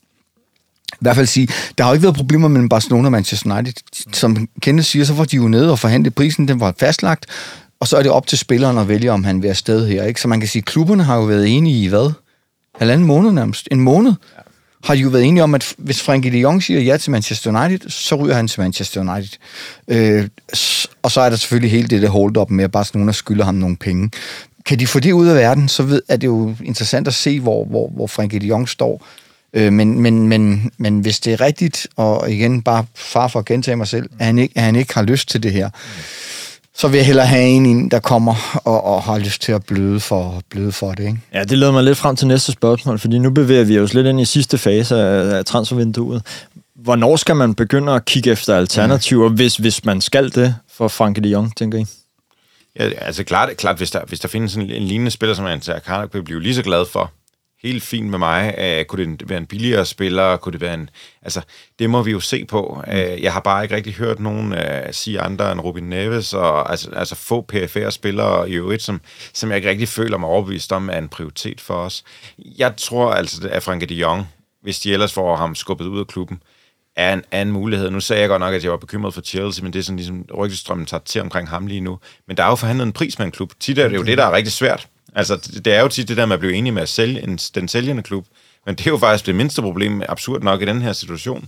i hvert fald sige, der har jo ikke været problemer mellem Barcelona og Manchester United. Som Kenneth siger, så var de jo nede og forhandlede prisen, den var fastlagt, og så er det op til spilleren at vælge, om han vil afsted her. Ikke? Så man kan sige, at klubberne har jo været enige i hvad? Halvanden måned nærmest. En måned har de jo været enige om, at hvis Frenkie de Jong siger ja til Manchester United, så ryger han til Manchester United. Øh, og så er der selvfølgelig hele det der hold-up med, at Barcelona skylder ham nogle penge. Kan de få det ud af verden, så ved, er det jo interessant at se, hvor, hvor, hvor Frenkie de Jong står. Men, men, men, men hvis det er rigtigt, og igen bare far for at gentage mig selv, at han ikke, at han ikke har lyst til det her, så vil jeg hellere have en ind, der kommer og, og har lyst til at bløde for, bløde for det. Ikke? Ja, det leder mig lidt frem til næste spørgsmål, fordi nu bevæger vi os lidt ind i sidste fase af, af transfervinduet. Hvornår skal man begynde at kigge efter alternativer, mm. hvis, hvis man skal det for Frenkie de Jong, tænker I? Ja, altså klart, klart hvis, der, hvis der findes en, en lignende spiller, som Ante Karnak vil blive lige så glad for, helt fint med mig. Uh, kunne det være en billigere spiller? Kunne det være en... Altså, det må vi jo se på. Uh, jeg har bare ikke rigtig hørt nogen uh, sige andre end Robin Neves, og altså, altså få P F R-spillere i øvrigt, som, som jeg ikke rigtig føler mig overbevist om, er en prioritet for os. Jeg tror altså, at Frenkie de Jong, hvis de ellers får ham skubbet ud af klubben, er en anden mulighed. Nu sagde jeg godt nok, at jeg var bekymret for Chelsea, men det er sådan ligesom rygtestrømmen tager til omkring ham lige nu. Men der er jo forhandlet en pris med en klub. Tit er det jo det, der er rigtig svært. Altså, det er jo tit det der med at blive enige med at sælge en, den sælgende klub. Men det er jo faktisk det mindste problem, absurd nok, i den her situation.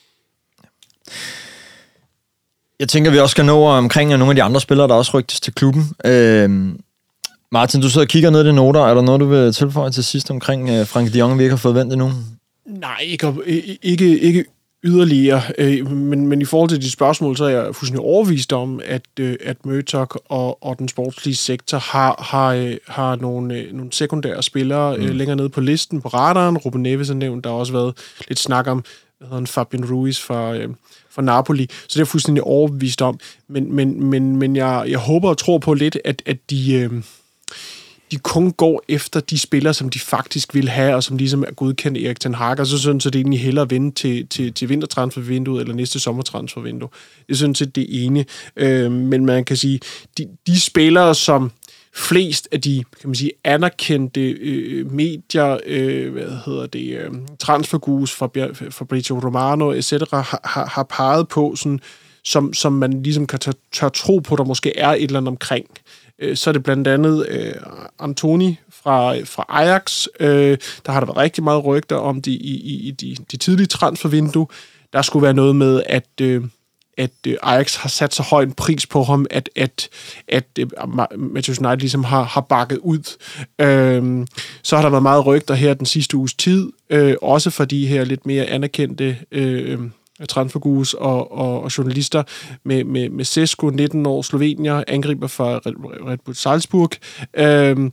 Jeg tænker, vi også skal nå omkring nogle af de andre spillere, der også rygtes til klubben. Øh, Martin, du sidder og kigger ned i de noter. Er der noget, du vil tilføje til sidst omkring uh, Frenkie de Jong, vi ikke har fået vendt endnu? Nej, ikke, ikke, ikke yderligere. Men, men i forhold til de spørgsmål, så er jeg fuldstændig overbevist om, at, at Murtough og, og den sportslige sektor har, har, har nogle, nogle sekundære spillere mm. længere nede på listen, på radaren. Ruben Neves er nævnt. Der har også været lidt snak om hvad hedder han, Fabian Ruiz fra, fra Napoli. Så det er jeg fuldstændig overbevist om. Men, men, men, men jeg, jeg håber og tror på lidt, at, at de... de kun går efter de spillere, som de faktisk vil have, og som ligesom er godkendt Erik ten Hag, og så synes jeg, det egentlig hellere vende til, til, til vintertransfervinduet, eller næste sommertransfervindue. Det synes jeg, det er ene. Øh, men man kan sige, de, de spillere, som flest af de, kan man sige, anerkendte øh, medier, øh, hvad hedder det, øh, transfergus, Fabrizio Romano, et cetera, har, har peget på sådan, som, som man ligesom kan tør, tør tro på, der måske er et eller andet omkring. Øh, så er det blandt andet øh, Antoni fra, fra Ajax. Øh, der har der været rigtig meget rygter om de, i, i de, de tidlige transfervindue. Der skulle være noget med, at... Øh, at Ajax har sat så høj en pris på ham, at, at, at, at Manchester United ligesom har, har bakket ud. Øhm, så har der været meget rygter her den sidste uges tid, øh, også for de her lidt mere anerkendte øh, transfergurus og, og, og journalister med, med, med Sesko, nitten år, Slovenier, angriber fra Red, Red Bull Salzburg, øh,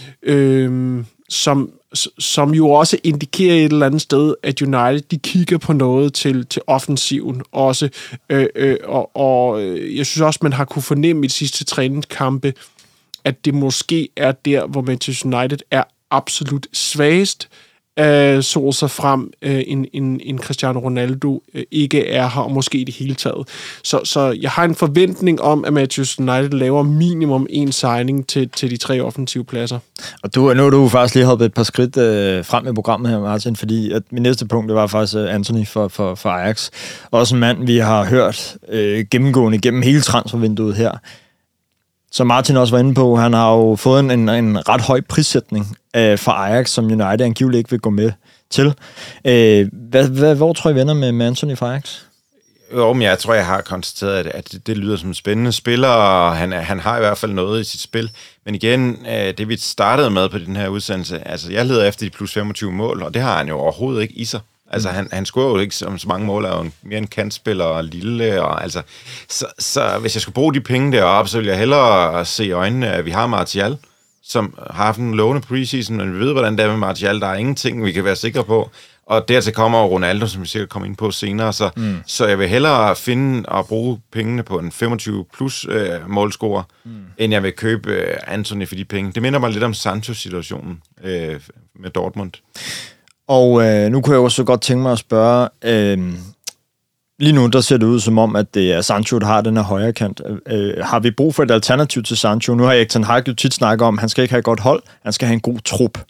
øh, som som jo også indikerer et eller andet sted, at United, de kigger på noget til, til offensiven også. Øh, øh, og, og jeg synes også, man har kunne fornemme i de sidste træningskampe, at det måske er der, hvor Manchester United er absolut svagest, øh, så sig frem, øh, en, en, en Cristiano Ronaldo øh, ikke er her, og måske i det hele taget. Så, så jeg har en forventning om, at Manchester United laver minimum en signing til, til de tre offensive pladser. Og du, nu har du faktisk lige hoppet et par skridt øh, frem i programmet her, Martin, fordi at min næste punkt, det var faktisk uh, Antoni for, for, for Ajax. Også en mand, vi har hørt øh, gennemgående gennem hele transfervinduet her. Som Martin også var inde på, han har jo fået en, en, en ret høj prissætning øh, for Ajax, som United angiveligt ikke vil gå med til. Øh, hvad, hvad, hvor tror I vender med, med Antoni for Ajax? Jo, men jeg tror, jeg har konstateret, at det, det lyder som en spændende spiller, og han, han har i hvert fald noget i sit spil. Men igen, det vi startede med på den her udsendelse, altså jeg leder efter de plus femogtyve mål, og det har han jo overhovedet ikke i sig. Altså, han, han scorer jo ikke som så mange mål, er jo en, mere en kantspiller og lille, og altså... Så, så hvis jeg skulle bruge de penge deroppe, så ville jeg hellere se i øjnene, at vi har Martial, som har haft en lovende preseason, men vi ved, hvordan det er med Martial. Der er ingenting, vi kan være sikre på. Og dertil kommer Ronaldo, som vi sikkert kommer ind på senere. Så, mm. så jeg vil hellere finde og bruge pengene på en femogtyve plus øh, målscorer, mm. end jeg vil købe øh, Antoni for de penge. Det minder mig lidt om Sancho-situationen øh, med Dortmund. Og øh, nu kunne jeg også godt tænke mig at spørge, øh, lige nu der ser det ud som om, at det er Sancho, der har den her højre kant. Øh, har vi brug for et alternativ til Sancho? Nu har Erik ten Hag jo tit snakket om, at han skal ikke have et godt hold, han skal have en god trup.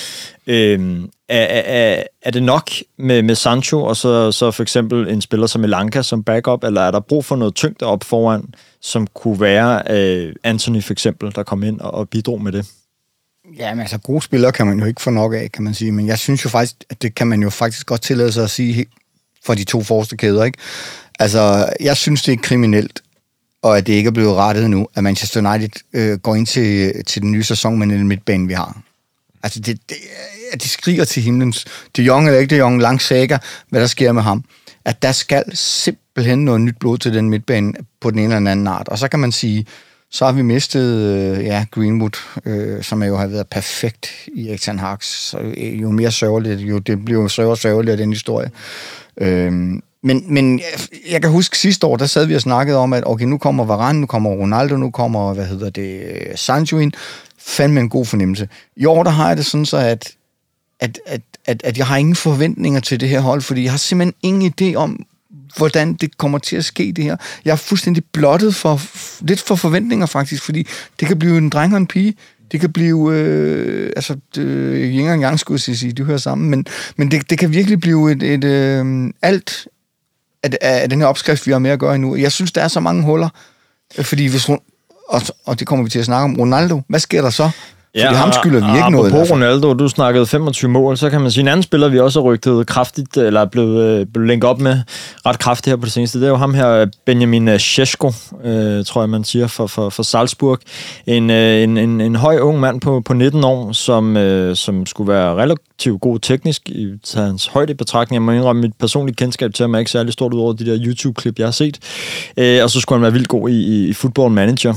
Øh, er, er, er det nok med, med Sancho, og så, så for eksempel en spiller som Elanga som backup, eller er der brug for noget tyngde op foran, som kunne være øh, Antoni for eksempel, der kom ind og, og bidrog med det? Ja, men altså gode spillere kan man jo ikke få nok af, kan man sige. Men jeg synes jo faktisk, at det kan man jo faktisk godt tillade sig at sige for de to forreste kæder, ikke? Altså, jeg synes, det er kriminelt, og at det ikke er blevet rettet nu, at Manchester United øh, går ind til, til den nye sæson med den midtbane, vi har. Altså, det, det, det skriger til himlens. De Jong eller ikke de Jong, lang saga, hvad der sker med ham. At der skal simpelthen noget nyt blod til den midtbane på den ene eller anden art. Og så kan man sige, så har vi mistet øh, ja, Greenwood, øh, som jo har været perfekt i Erik ten Hag. Så jo mere sørgeligt, jo det bliver jo sørgeligt sørgeligt den historie. Øh, men, men jeg kan huske sidste år, der sad vi og snakkede om, at okay, nu kommer Varane, nu kommer Ronaldo, nu kommer, hvad hedder det, Sancho ind. Fandme en god fornemmelse. I år, der har jeg det sådan så, at, at, at, at, at jeg har ingen forventninger til det her hold, fordi jeg har simpelthen ingen idé om, hvordan det kommer til at ske, det her. Jeg er fuldstændig blottet for, lidt for forventninger faktisk, fordi det kan blive en dreng og en pige. Det kan blive, øh, altså, yin og yang, skulle jeg sige, de hører sammen, men, men det, det kan virkelig blive et, et øh, alt af, af den her opskrift, vi har med at gøre nu. Jeg synes, der er så mange huller, fordi hvis hun, og, og det kommer vi til at snakke om, Ronaldo, hvad sker der så? Fordi ja, ham skylder vi ikke noget. Apropos Ronaldo, du snakkede femogtyve mål, så kan man sige, en anden spiller, vi også har rygtet kraftigt, eller er blevet, blevet linket op med ret kraftigt her på det seneste, det er jo ham her, Benjamin Sesko, øh, tror jeg, man siger, for, for, for Salzburg. En, en, en, en høj ung mand på, på nitten år, som, øh, som skulle være relativt god teknisk, i hans højde betragtning. Jeg må indrømme mit personlige kendskab til ham, er ikke særlig stort ud over de der YouTube-klip, jeg har set. Øh, og så skulle han være vildt god i, i, i Football Manager.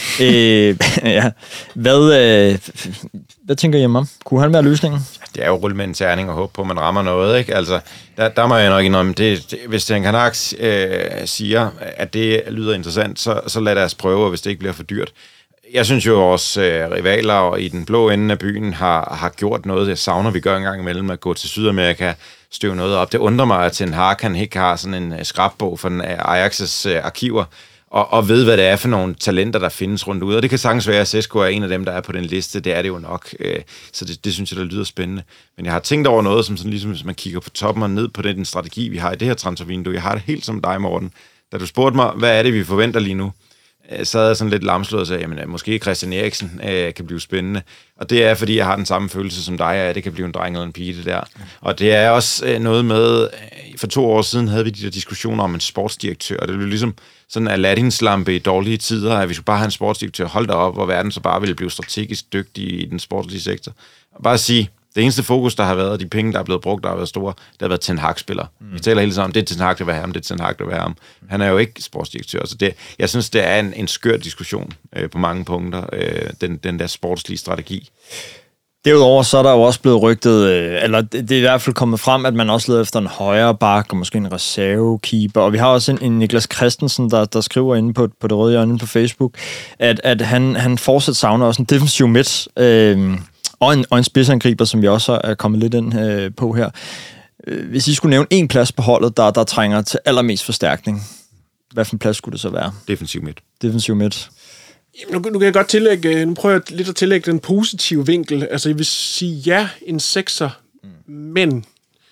øh, ja. Hvad... Øh, Hvad tænker I om? Kunne han være løsningen? Det er jo rulle med en terning og håbe på, at man rammer noget, ikke? Altså, der, der må jeg nok indrømme, det, det, hvis Ten Hag øh, siger, at det lyder interessant, så, så lad os prøve, hvis det ikke bliver for dyrt. Jeg synes jo, at vores øh, rivaler i den blå ende af byen har, har gjort noget, jeg savner, vi gør en gang imellem, at gå til Sydamerika, støve noget op. Det undrer mig, at Ten Hag kan ikke har sådan en skrabbog for den Ajax' øh, arkiver, Og, og ved, hvad det er for nogle talenter, der findes rundt ude. Og det kan sagtens være, at Sesko er en af dem, der er på den liste. Det er det jo nok. Så det, det synes jeg, der lyder spændende. Men jeg har tænkt over noget, som sådan ligesom, hvis man kigger på toppen og ned på den strategi, vi har i det her transfervindue. Jeg har det helt som dig, Morten. da du spurgte mig, hvad er det, vi forventer lige nu, så havde jeg sådan lidt lamslået og sagde, jamen måske Christian Eriksen øh, kan blive spændende. Og det er, fordi jeg har den samme følelse som dig, at det kan blive en dreng eller en pige, det der. Og det er også øh, noget med, øh, for to år siden havde vi de der diskussioner om en sportsdirektør, og det blev ligesom sådan en Aladdin-lampe i dårlige tider, at vi skulle bare have en sportsdirektør, hold da op, hvor verden så bare ville blive strategisk dygtig i den sportslige sektor. Og bare sige, det eneste fokus, der har været, de penge, der er blevet brugt, der har været store, det har været Ten Hag-spillere. Mm. Vi taler hele tiden om, det er Ten Hag, der vil have ham, det er Ten Hag, der vil have ham. Han er jo ikke sportsdirektør, så det, jeg synes, det er en, en skør diskussion øh, på mange punkter, øh, den, den der sportslige strategi. Derudover så er der jo også blevet rygtet, øh, eller det, det er i hvert fald kommet frem, at man også leder efter en højre bak, og måske en reservekeeper, og vi har også en, en Niklas Christensen, der, der skriver inde på, på det røde hjørne på Facebook, at, at han, han fortsat savner også en defensiv midt, øh, Og en, og en spidsangriber, som vi også er kommet lidt ind øh, på her. Hvis I skulle nævne en plads på holdet, der, der trænger til allermest forstærkning, hvad for en plads skulle det så være? Defensiv midt. Defensiv midt. Nu, nu kan jeg godt tillægge, nu prøver jeg lidt at tillægge den positive vinkel. Altså, jeg vil sige ja, en sekser, mm. men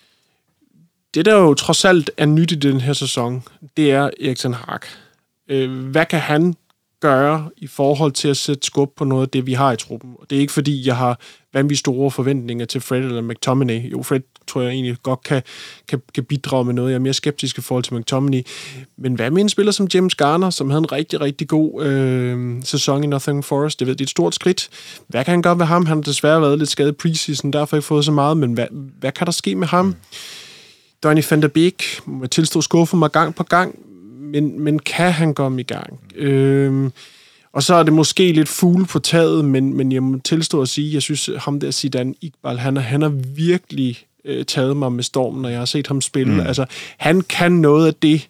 det, der jo trods alt er nyt i den her sæson, det er Erik ten Hag. Hvad kan han gøre i forhold til at sætte skub på noget af det, vi har i truppen? Og det er ikke, fordi jeg har vanvittigt store forventninger til Fred eller McTominay. Jo, Fred tror jeg egentlig godt kan, kan, kan bidrage med noget. Jeg er mere skeptisk i forhold til McTominay. Men hvad med en spiller som James Garner, som havde en rigtig, rigtig god øh, sæson i Nottingham Forest? Det ved, det er et stort skridt. Hvad kan han gøre ved ham? Han har desværre været lidt skadet preseason, derfor har ikke fået så meget, men hvad, hvad kan der ske med ham? Mm. Donny van der Beek må tilstå skuffe mig gang på gang, men, men kan han komme i gang? Øh, Og så er det måske lidt fugle på taget, men, men jeg må tilstå at sige, jeg synes, ham der Zidane Iqbal, han, han har virkelig øh, taget mig med stormen, når jeg har set ham spille. Mm. Altså, han kan noget af det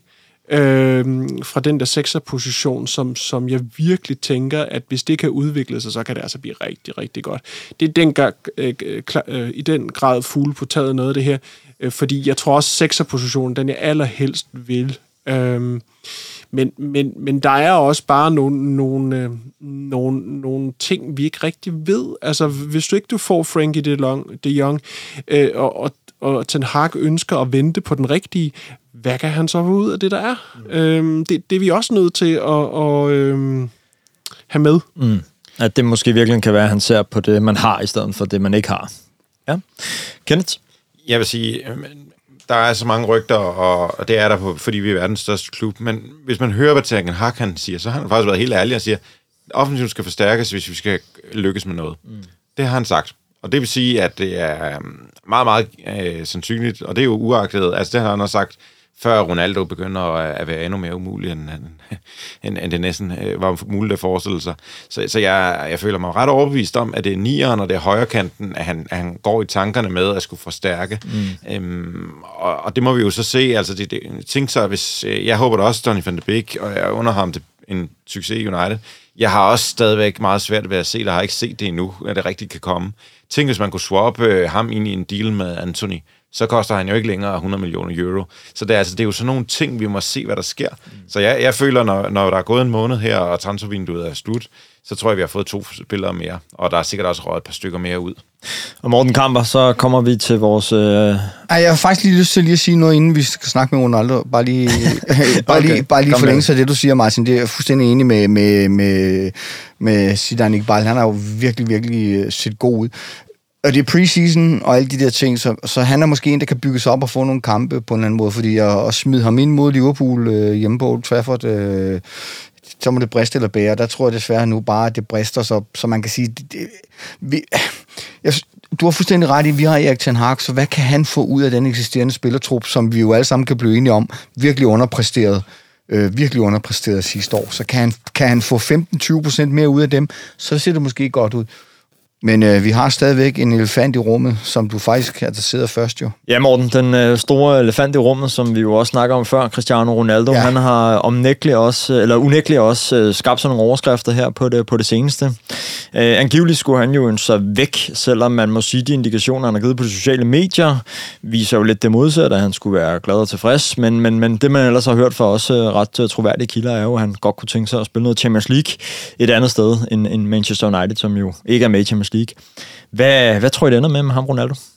øh, fra den der sekserposition, som, som jeg virkelig tænker, at hvis det kan udvikle sig, så kan det altså blive rigtig, rigtig godt. Det er den gang, øh, klar, øh, i den grad fugle på taget noget af det her, øh, fordi jeg tror også, sekserpositionen, den jeg allerhelst vil. Øh, Men, men, men der er også bare nogle, nogle, øh, nogle, nogle ting, vi ikke rigtig ved. Altså, hvis du ikke du får Frankie de, Long, de Jong, øh, og, og, og Ten Hag ønsker at vente på den rigtige, hvad kan han så få ud af det, der er? Mm. Øh, det, det er vi også nødt til at, at øh, have med. Mm. At det måske virkelig kan være, at han ser på det, man har, i stedet for det, man ikke har. Ja. Kenneth? Jeg vil sige... Øh, Der er så mange rygter, og det er der, på, fordi vi er verdens største klub. Men hvis man hører, hvad Ten Hag han siger, så har han faktisk været helt ærlig og siger, at offensiven skal forstærkes, hvis vi skal lykkes med noget. Mm. Det har han sagt. Og det vil sige, at det er meget, meget øh, sandsynligt, og det er jo uagtet. Altså det har han også sagt, før Ronaldo begynder at, at være endnu mere umulig, end, end, end det næsten øh, var muligt at forestille sig. Så, så jeg, jeg føler mig ret overbevist om, at det er nieren og det er højrekanten, at han, at han går i tankerne med at skulle forstærke. Mm. Øhm, og, og det må vi jo så se. Altså, det, det, tænk så, hvis jeg håber da også, Donny van de Beek, og jeg under ham til en succes i United. Jeg har også stadigvæk meget svært ved at se, der har ikke set det endnu, at det rigtigt kan komme. Tænk, hvis man kunne swappe øh, ham ind i en deal med Anthony, så koster han jo ikke længere hundrede millioner euro. Så det er, altså, det er jo sådan nogle ting, vi må se, hvad der sker. Mm. Så jeg, jeg føler, når, når der er gået en måned her, og transfervinduet er slut, så tror jeg, vi har fået to spillere mere. Og der er sikkert også røget et par stykker mere ud. Og Morten Kamper, så kommer vi til vores... Øh... Ej, jeg har faktisk lige lyst til lige at sige noget, inden vi skal snakke med Ronaldo. Bare lige, bare okay. lige, bare lige forlængelse af det, du siger, Martin. Det er jeg fuldstændig enig med, med, med, med Zidane Iqbal. Han har jo virkelig, virkelig set god ud. Og det er preseason og alle de der ting, så, så han er måske en, der kan bygge sig op og få nogle kampe på en eller anden måde, fordi at, at smide ham ind mod Liverpool øh, hjemme på Old Trafford, øh, så må det briste eller bære. Der tror jeg desværre nu bare, at det brister, så, så man kan sige... Det, det, vi, jeg, du har fuldstændig ret i, vi har Erik ten Hag, så hvad kan han få ud af den eksisterende spillertrup, som vi jo alle sammen kan blive enige om, virkelig underpræsteret, øh, virkelig underpræsteret sidste år. Så kan han, kan han få femten til tyve procent mere ud af dem, så ser det måske godt ud. Men øh, vi har stadigvæk en elefant i rummet, som du faktisk adresserede først jo. Ja, Morten, den øh, store elefant i rummet, som vi jo også snakker om før, Cristiano Ronaldo, ja. Han har omnægteligt også, eller unægteligt også øh, skabt sådan nogle overskrifter her på det, på det seneste. Øh, angiveligt skulle han jo ønske sig væk, selvom man må sige, de indikationer, han har givet på de sociale medier, viser jo lidt det modsatte, at han skulle være glad og tilfreds, men, men, men det, man ellers har hørt fra også øh, ret troværdige kilder, er jo, at han godt kunne tænke sig at spille noget Champions League et andet sted end, end Manchester United, som jo ikke er med i Champions League. Hvad, hvad tror I, det ender med med ham, Ronaldo?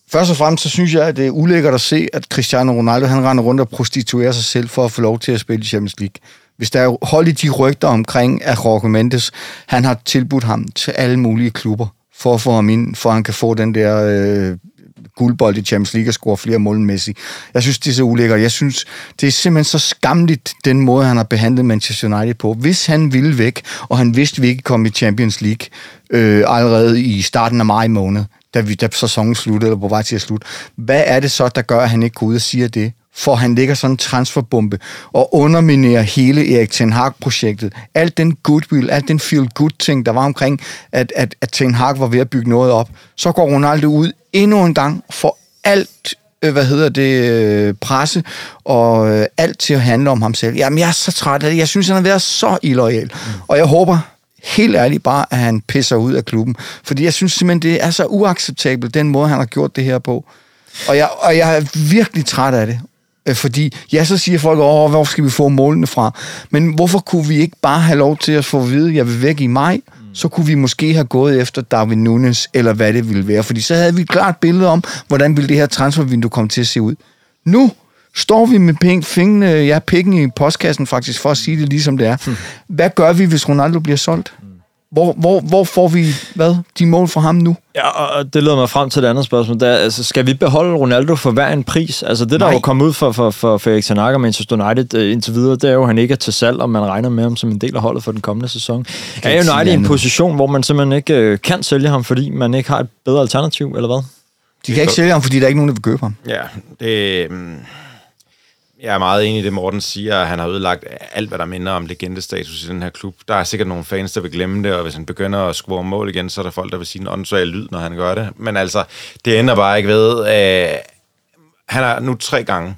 Først og fremmest, så synes jeg, at det er ulækkert at se, at Cristiano Ronaldo, han render rundt og prostituerer sig selv for at få lov til at spille i Champions League. Hvis der er hold i de rygter omkring, at Jorge Mendes, han har tilbudt ham til alle mulige klubber, for at få ham ind, for at han kan få den der øh, guldbold i Champions League og score flere mål end Messi. Jeg synes, det er så ulækkert. Jeg synes, det er simpelthen så skamligt, den måde, han har behandlet Manchester United på. Hvis han ville væk, og han vidste, at vi ikke kom i Champions League øh, allerede i starten af maj måned, da, vi, da sæsonen sluttede, eller på vej til at slutte, hvad er det så, der gør, at han ikke går ud og siger det? For han ligger sådan en transferbombe og underminerer hele Erik Ten Hag-projektet. Alt den goodwill, alt den feel-good-ting, der var omkring, at, at, at Ten Hag var ved at bygge noget op. Så går Ronaldo ud endnu en gang for alt, hvad hedder det, presse og alt til at handle om ham selv. Jamen, jeg er så træt af det. Jeg synes, han har været så illoyal. Mm. Og jeg håber helt ærligt bare, at han pisser ud af klubben. Fordi jeg synes simpelthen, det er så uacceptabelt, den måde, han har gjort det her på. Og jeg, og jeg er virkelig træt af det. Fordi, ja, så siger folk, åh, hvor skal vi få målene fra? Men hvorfor kunne vi ikke bare have lov til at få at vide, at jeg vil væk i maj? Mm. Så kunne vi måske have gået efter Darwin Núñez, eller hvad det ville være. Fordi så havde vi et klart billede om, hvordan ville det her transfervindue komme til at se ud. Nu står vi med penge, fingrene, ja, penge i postkassen faktisk, for at sige det ligesom det er. Mm. Hvad gør vi, hvis Ronaldo bliver solgt? Mm. Hvor, hvor, hvor får vi, hvad, de mål fra ham nu? Ja, og det leder mig frem til et andet spørgsmål. Der, altså, skal vi beholde Ronaldo for hver en pris? Altså det, der Nej. jo kom ud for, for, for, for Erik Ten Hag og Manchester United uh, indtil videre, det er jo, at han ikke er til salg, og man regner med ham som en del af holdet for den kommende sæson. Er United i en position, hvor man simpelthen ikke uh, kan sælge ham, fordi man ikke har et bedre alternativ, eller hvad? De kan ikke sælge ham, fordi der er ikke nogen, der vil købe ham. Ja, det... Um Jeg er meget enig i det, Morten siger, at han har ødelagt alt, hvad der minder om legendestatus i den her klub. Der er sikkert nogle fans, der vil glemme det, og hvis han begynder at score mål igen, så er der folk, der vil sige en åndssvag lyd, når han gør det. Men altså, det ender bare ikke ved. Øh, han har nu tre gange,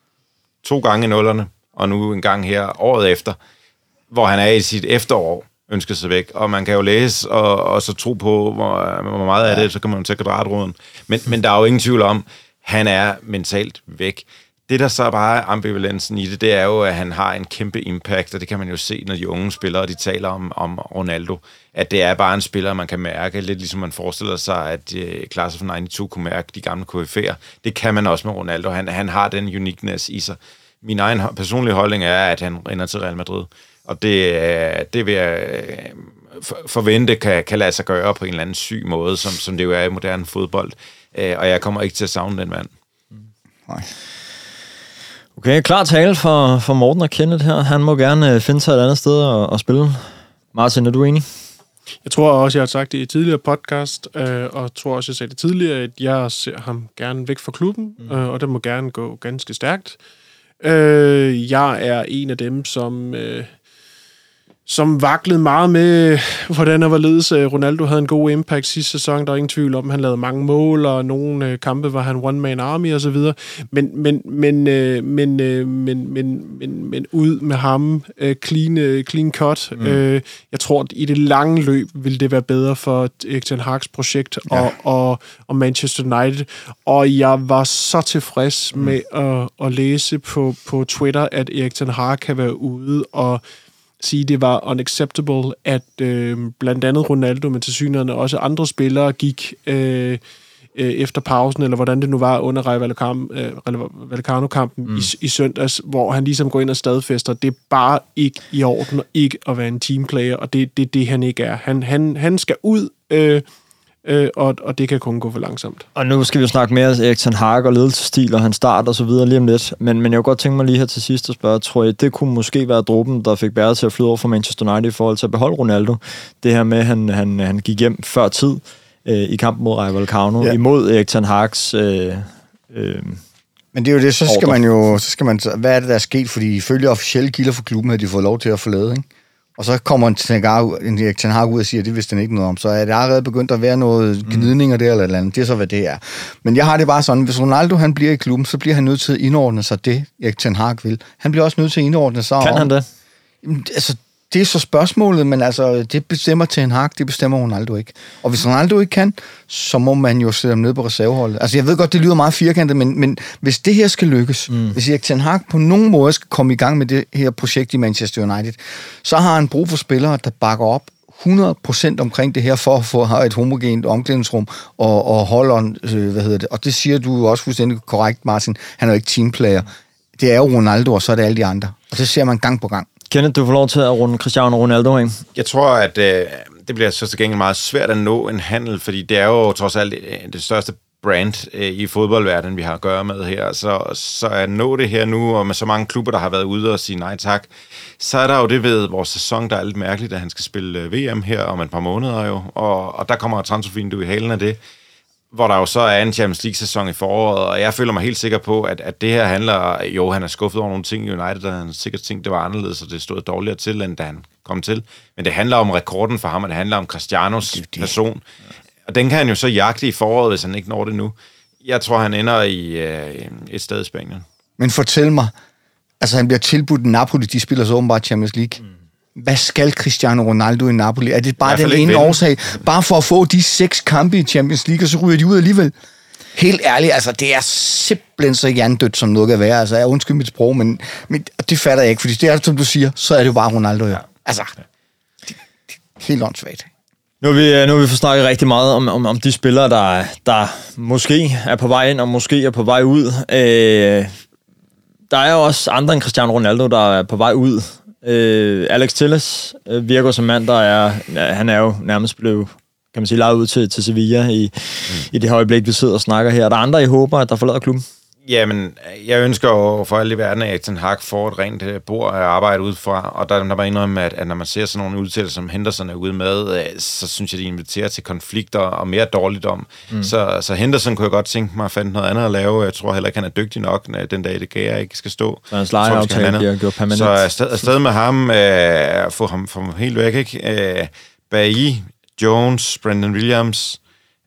to gange i nullerne, og nu en gang her året efter, hvor han er i sit efterår, ønsker sig væk. Og man kan jo læse og, og så tro på, hvor, hvor meget af det, så kan man jo tage kvadratråden. Men, men der er jo ingen tvivl om, han er mentalt væk. Det, der så bare er ambivalensen i det, det er jo, at han har en kæmpe impact, og det kan man jo se, når de unge spillere, de taler om, om Ronaldo, at det er bare en spiller, man kan mærke, lidt ligesom man forestiller sig, at uh, Class of nioghalvfems kunne mærke de gamle K F F'er. Det kan man også med Ronaldo. Han, han har den uniqueness i sig. Min egen personlige holdning er, at han rinder til Real Madrid, og det, det vil jeg forvente kan, kan lade sig gøre på en eller anden syg måde, som, som det jo er i moderne fodbold, og jeg kommer ikke til at savne den mand. Nej. Okay, klar tale for, for Morten og Kenneth her. Han må gerne finde sig et andet sted og, og spille. Martin, er du enig? Jeg tror også, jeg har sagt det i et tidligere podcast, øh, og tror også, jeg sagde det tidligere, at jeg ser ham gerne væk fra klubben, mm. øh, og det må gerne gå ganske stærkt. Øh, jeg er en af dem, som... Øh, som vaklede meget med, hvordan der var ledes. Ronaldo havde en god impact sidste sæson, der er ingen tvivl om, han lavede mange mål, og nogle kampe var han one-man army og så videre. Men, men, men, men, men, men, men, men, men ud med ham, clean, clean cut. Mm. Jeg tror, at i det lange løb ville det være bedre for Erik Ten Hags projekt og, ja. og, og Manchester United. Og jeg var så tilfreds mm. med at, at læse på, på Twitter, at Erik Ten Hag kan være ude og sige, det var unacceptable, at øh, blandt andet Ronaldo, men tilsyneladende også andre spillere gik øh, øh, efter pausen, eller hvordan det nu var under Rayo Vallecano-kampen mm. i, i søndags, hvor han ligesom går ind og stadfæster, det er bare ikke i orden, ikke at være en teamplayer, og det er det, det, han ikke er. Han, han, han skal ud, øh, øh, og, og det kan kun gå for langsomt. Og nu skal vi jo snakke mere om Erik Ten Hag og ledelsesstil og hans start og så videre lige om lidt. Men, men jeg kunne godt tænke mig lige her til sidst at spørge, tror jeg, det kunne måske være dråben, der fik bæret til at flyde over for Manchester United i forhold til at beholde Ronaldo. Det her med, at han, han, han gik hjem før tid øh, i kampen mod Rayo Vallecano, ja. imod Erik Ten Hags... Øh, øh, Men det er jo det, så skal ordre. man jo... Så skal man, hvad er det, der er sket? Fordi ifølge officielle kilder for klubben, havde de fået lov til at forlade, ikke? Og så kommer en Erik Ten Hag ud og siger, at det vidste han ikke noget om. Så er det allerede begyndt at være noget gnidninger der eller eller andet. Det er så, hvad det er. Men jeg har det bare sådan, hvis Ronaldo han bliver i klubben, så bliver han nødt til at indordne sig det, Erik Ten Hag vil. Han bliver også nødt til at indordne sig. Kan om, han det? Altså, det er så spørgsmålet, men altså, det bestemmer Ten Hag, det bestemmer Ronaldo ikke. Og hvis Ronaldo ikke kan, så må man jo sætte ham ned på reserveholdet. Altså, jeg ved godt, det lyder meget firkantet, men, men hvis det her skal lykkes, mm. hvis Erik Ten Hag på nogen måde skal komme i gang med det her projekt i Manchester United, så har han brug for spillere, der bakker op hundrede procent omkring det her, for at få et homogent omklædningsrum og, og holde, øh, hvad hedder det, og det siger du også fuldstændig korrekt, Martin, han er jo ikke teamplayer. Det er jo Ronaldo, og så er det alle de andre. Og det ser man gang på gang. Kenneth, du får lov til at runde Cristiano Ronaldo ind. Jeg tror, at øh, det bliver så til gengæld meget svært at nå en handel, fordi det er jo trods alt det største brand øh, i fodboldverdenen, vi har at gøre med her. Så, så at nå det her nu, og med så mange klubber, der har været ude og sige nej tak, så er der jo det ved vores sæson, der er lidt mærkeligt, at han skal spille øh, V M her om et par måneder jo, og, og der kommer transfervindue i halen af det, hvor der jo så er en Champions League-sæson i foråret, og jeg føler mig helt sikker på, at, at det her handler, jo, han er skuffet over nogle ting i United, og han sikkert tænkt, det var anderledes, og det stod dårligere til, end da han kom til. Men det handler om rekorden for ham, og det handler om Cristianos det det. person. Og den kan han jo så jagte i foråret, hvis han ikke når det nu. Jeg tror, han ender i øh, et sted i Spanien. Men fortæl mig, altså han bliver tilbudt Napoli, de spiller så åbenbart Champions League. Mm. Hvad skal Cristiano Ronaldo i Napoli? Er det bare den ene årsag? Bare for at få de seks kampe i Champions League, og så ryger de ud alligevel? Helt ærligt, altså det er simpelthen så hjernedødt, som noget kan være. Altså jeg undskyld mit sprog, men, men det fatter jeg ikke, fordi det er, som du siger, så er det jo bare Ronaldo. Ja. Altså, det, det, helt åndssvagt. Nu har vi, nu har vi fået snakket rigtig meget om, om, om de spillere, der, der måske er på vej ind, og måske er på vej ud. Øh, der er jo også andre end Cristiano Ronaldo, der er på vej ud. Øh, Alex Telles øh, virker som mand, der er, han er jo nærmest blevet, kan man sige, lejet ud til, til Sevilla i, mm. i det øjeblik, vi sidder og snakker her. Er der andre, I håber, at der forlader klubben? Jamen, jeg ønsker jo for alle i verden, at Ten Hag får et rent bord at arbejde ud fra, og der, der var indrømme, at, at når man ser sådan nogle udtalelser, som Henderson er ude med, så synes jeg, de inviterer til konflikter og mere dårligdom. Mm. Så, så Henderson kunne jeg godt tænke mig at finde noget andet at lave. Jeg tror heller ikke, han er dygtig nok, den dag det gav ikke skal stå. Så hans lejeaftale bliver gjort permanent. Så afsted, afsted med ham, øh, få ham, få ham helt væk, ikke? Øh, Bailly, Jones, Brendan Williams,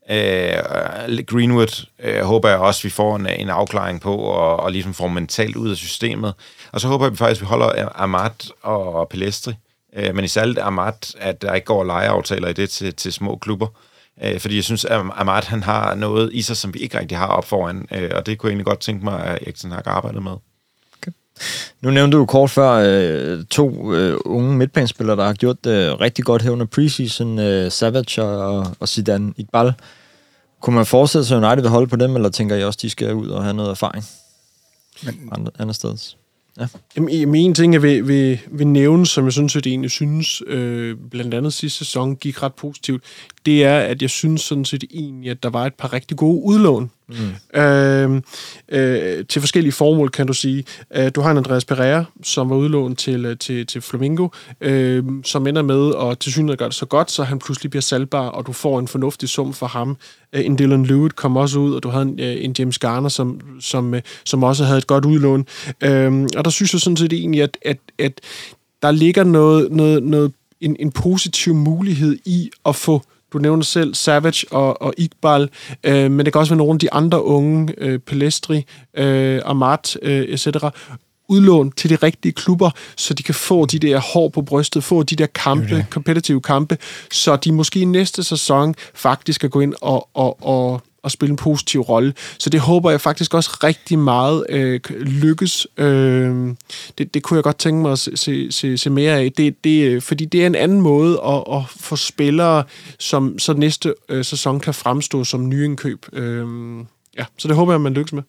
Uh, Greenwood uh, håber jeg også, vi får en, en afklaring på, og, og ligesom får mentalt ud af systemet. Og så håber jeg faktisk, vi holder Amat og Pellistri. Uh, men især Amat, at der ikke går lejeaftaler i det til, til små klubber. Uh, fordi jeg synes, at Amat han har noget i sig, som vi ikke rigtig har op foran. Uh, og det kunne jeg egentlig godt tænke mig, at Erik Ten Hag arbejdet med. Okay. Nu nævnte du kort før øh, to øh, unge midtbanespillere, der har gjort det øh, rigtig godt her under preseason. Øh, Savage og, og Zidane Iqbal. Kunne man forestille sig, at United vil holde på dem, eller tænker I også, de skal ud og have noget erfaring andre, andre steder? Ja. Jamen, en ting, jeg vil, vil, vil nævne, som jeg synes, at det egentlig synes, øh, blandt andet sidste sæson gik ret positivt, det er, at jeg synes sådan set egentlig, at der var et par rigtig gode udlån. Mm. Øh, øh, til forskellige formål, kan du sige. Øh, du har en Andreas Pereira, som var udlånt til, til, til Flamengo, øh, som ender med at tilsyneladende gøre det så godt, så han pludselig bliver salgbar, og du får en fornuftig sum for ham. Øh, en Dylan Lewitt kom også ud, og du havde en, en James Garner, som, som, som også havde et godt udlån. Øh, og der synes jeg sådan set egentlig, at, at, at der ligger noget, noget, noget, en, en positiv mulighed i at få. Du nævner selv Savage og, og Iqbal, øh, men det kan også være nogle af de andre unge, øh, Pellistri, øh, Amat, øh, et cetera, udlån til de rigtige klubber, så de kan få de der hår på brystet, få de der kampe, okay. competitive kampe, så de måske i næste sæson faktisk skal gå ind og, og, og, og spille en positiv rolle. Så det håber jeg faktisk også rigtig meget øh, lykkes. Øh, det, det kunne jeg godt tænke mig at se, se, se mere af. Det, det, fordi det er en anden måde at, at få spillere, som så næste øh, sæson kan fremstå som nyindkøb. Øh, ja, så det håber jeg, man lykkes med.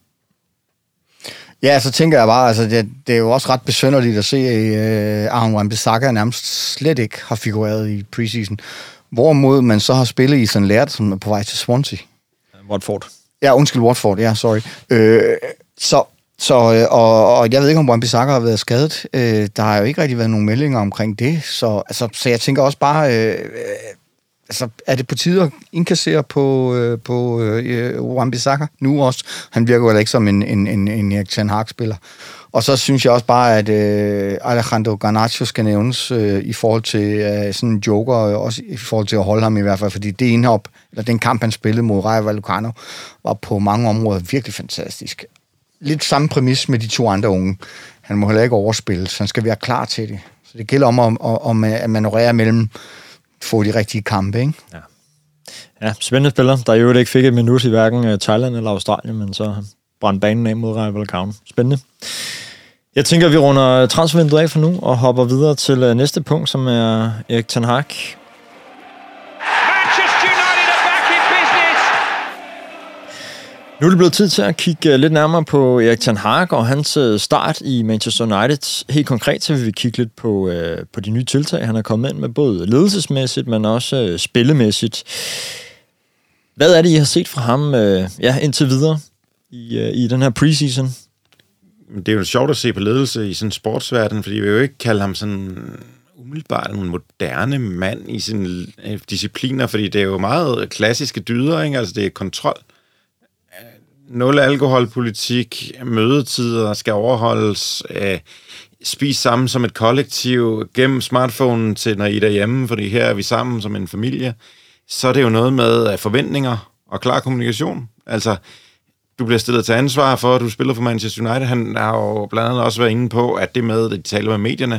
Ja, så tænker jeg bare, altså det, det er jo også ret besynderligt at se, at uh, Aaron Wan-Bissaka nærmest slet ikke har figureret i preseason. Hvorimod man så har spillet i sådan lært, som er på vej til Swansea. Watford. Ja, undskyld, Watford, ja, sorry. Øh, så, så, og, og jeg ved ikke, om Wan-Bissaka har været skadet. Øh, der har jo ikke rigtig været nogen meldinger omkring det, så, altså, så jeg tænker også bare, øh, altså, er det på tide at indkassere på, øh, på øh, Wan-Bissaka nu også? Han virker jo ikke som en, en, en, en Erik Ten Hag-spiller. Og så synes jeg også bare, at øh, Alejandro Garnacho skal nævnes øh, i forhold til øh, sådan en joker, og også i forhold til at holde ham i hvert fald, fordi det indhop, eller den kamp, han spillede mod Rayo Vallecano, var på mange områder virkelig fantastisk. Lidt samme præmis med de to andre unge. Han må heller ikke overspilles, han skal være klar til det. Så det gælder om at, om at manøvrere mellem få de rigtige kampe, ikke? Ja. Ja, spændende spiller, der jo ikke fik et minut i hverken Thailand eller Australien, men så brændte banen af mod Rayo Vallecano. Spændende. Jeg tænker, at vi runder transfervinduet af for nu, og hopper videre til næste punkt, som er Erik ten Hag. Nu er det blevet tid til at kigge lidt nærmere på Erik ten Hag og hans start i Manchester United. Helt konkret så vil vi kigge lidt på, øh, på de nye tiltag, han er kommet ind med, både ledelsesmæssigt, men også øh, spillemæssigt. Hvad er det, I har set fra ham øh, ja, indtil videre i, øh, i den her preseason? Det er jo sjovt at se på ledelse i sådan en sportsverden, fordi vi vil jo ikke kalde ham sådan umiddelbart en moderne mand i sine discipliner, fordi det er jo meget klassiske dyder, ikke? Altså det er kontrol. Nul alkoholpolitik, mødetider skal overholdes, øh, spise sammen som et kollektiv, gennem smartphonen til når I er derhjemme, fordi her er vi sammen som en familie. Så er det jo noget med forventninger og klar kommunikation. Altså, du bliver stillet til ansvar for, at du spiller for Manchester United. Han har jo blandt andet også været inde på, at det med, at de taler med medierne,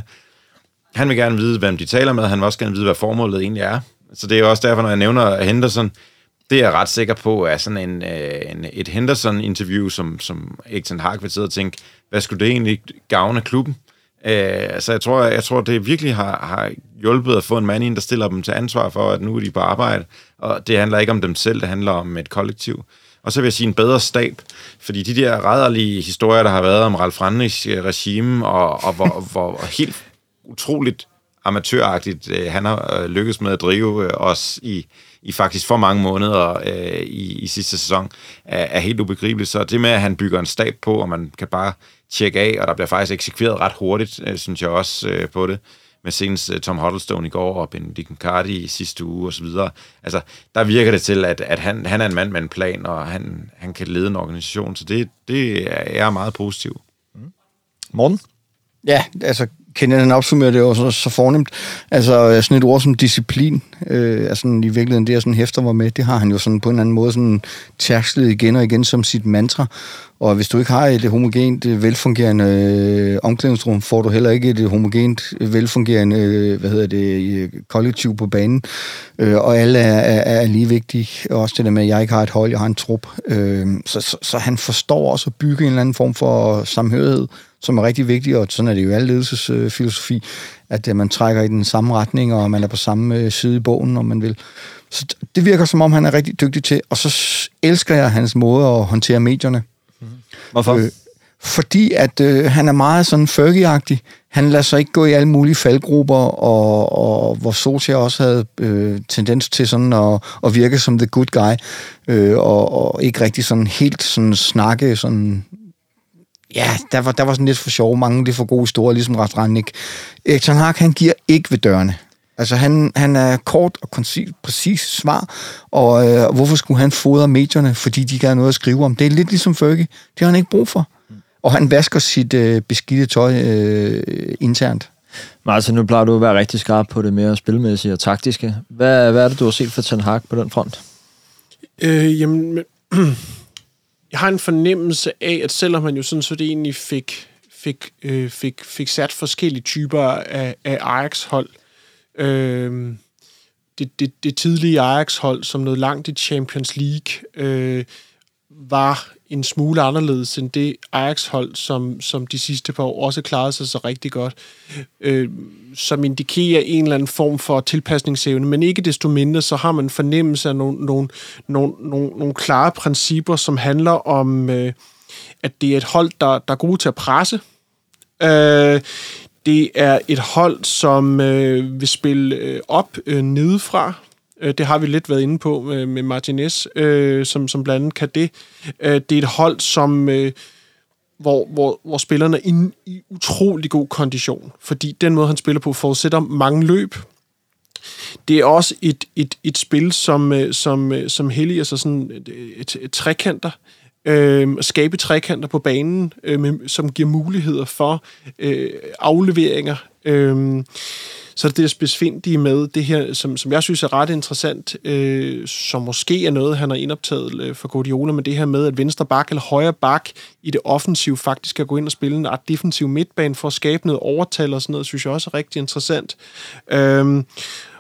han vil gerne vide, hvem de taler med, han vil også gerne vide, hvad formålet egentlig er. Så det er jo også derfor, når jeg nævner Henderson, det er jeg ret sikker på, er sådan en, en, et Henderson-interview, som, som Erik ten Hag vil sidde og tænke, hvad skulle det egentlig gavne klubben? Øh, så jeg tror, jeg tror, det virkelig har, har hjulpet at få en mand ind, der stiller dem til ansvar for, at nu er de på arbejde, og det handler ikke om dem selv, det handler om et kollektiv. Og så vil jeg sige en bedre stab, fordi de der rædderlige historier, der har været om Ralf Rangnicks regime, og, og hvor, hvor helt utroligt amatøragtigt øh, han har øh, lykkes med at drive øh, os i, i faktisk for mange måneder øh, i, i sidste sæson, er, er helt ubegribeligt. Så det med, at han bygger en stab på, og man kan bare tjekke af, og der bliver faktisk eksekveret ret hurtigt, øh, synes jeg også øh, på det, med senest uh, Tom Huddlestone i går, og Benedict McCarthy i sidste uge, og så videre. Altså, der virker det til, at, at han, han er en mand med en plan, og han, han kan lede en organisation, så det, det er meget positivt. Mm. Morten? Ja, altså, Kenneth, han opsummerer det jo så, så fornemt. Altså, sådan et ord som disciplin, øh, altså i virkeligheden, det er sådan hæfter var med, det har han jo sådan på en anden måde sådan tærsket igen og igen som sit mantra. Og hvis du ikke har et homogent, velfungerende øh, omklædningsrum, får du heller ikke et homogent, velfungerende, øh, hvad hedder det, kollektiv på banen. Øh, og alle er, er, er lige vigtige. Også det der med, at jeg ikke har et hold, jeg har en trup. Øh, så, så, så han forstår også at bygge en eller anden form for samhørighed, som er rigtig vigtig, og sådan er det jo i al ledelsesfilosofi, at man trækker i den samme retning, og man er på samme side i bogen, om man vil. Så det virker, som om han er rigtig dygtig til, og så elsker jeg hans måde at håndtere medierne. Hvorfor? Øh, fordi at øh, han er meget sådan Fergie-agtig. Han lader sig ikke gå i alle mulige faldgrupper, og, og hvor Solskjaer også havde øh, tendens til sådan at, at virke som the good guy, øh, og, og ikke rigtig sådan helt sådan snakke sådan. Ja, der var, der var sådan lidt for sjov, mange lidt for gode historier, ligesom Ralf Rangnick. Erik ten Hag, han giver ikke ved dørene. Altså, han, han er kort og koncis, præcis svar, og øh, hvorfor skulle han fodre medierne, fordi de ikke har noget at skrive om? Det er lidt ligesom Fergie. Det har han ikke brug for. Og han vasker sit øh, beskidte tøj øh, internt. Martin, nu plejer du at være rigtig skarp på det mere spilmæssige og taktiske. Hvad, hvad er det, du har set for ten Hag på den front? Øh, jamen... Jeg har en fornemmelse af, at selvom han jo sådan så det egentlig fik, fik, øh, fik, fik sat forskellige typer af, af Ajax-hold, øh, det, det, det tidlige Ajax-hold, som nåede langt i Champions League, øh, var en smule anderledes end det Ajax-hold, som, som de sidste par år også klarede sig så rigtig godt, øh, som indikerer en eller anden form for tilpasningsevne, men ikke desto mindre, så har man fornemmelse af nogle, nogle, nogle, nogle, nogle klare principper, som handler om, øh, at det er et hold, der, der er gode til at presse. Øh, det er et hold, som øh, vil spille øh, op øh, nedefra. Det har vi lidt været inde på med, med Martinez, øh, som, som blandt andet kan det. Øh, det er et hold, som, øh, hvor, hvor, hvor spillerne er inde i utrolig god kondition, fordi den måde, han spiller på, forudsætter mange løb. Det er også et, et, et spil, som, som, som helliger sig sådan et, et, et trekanter, øh, skabe trekanter på banen, øh, med, som giver muligheder for øh, afleveringer. Øh, Så det er spidsfindige med det her, som, som jeg synes er ret interessant, øh, som måske er noget, han har indoptaget øh, for Guardiola, men det her med, at venstre bak eller højre bak i det offensive faktisk skal gå ind og spille en art defensiv midtbane for at skabe noget overtal og sådan noget, synes jeg også er rigtig interessant. Øh,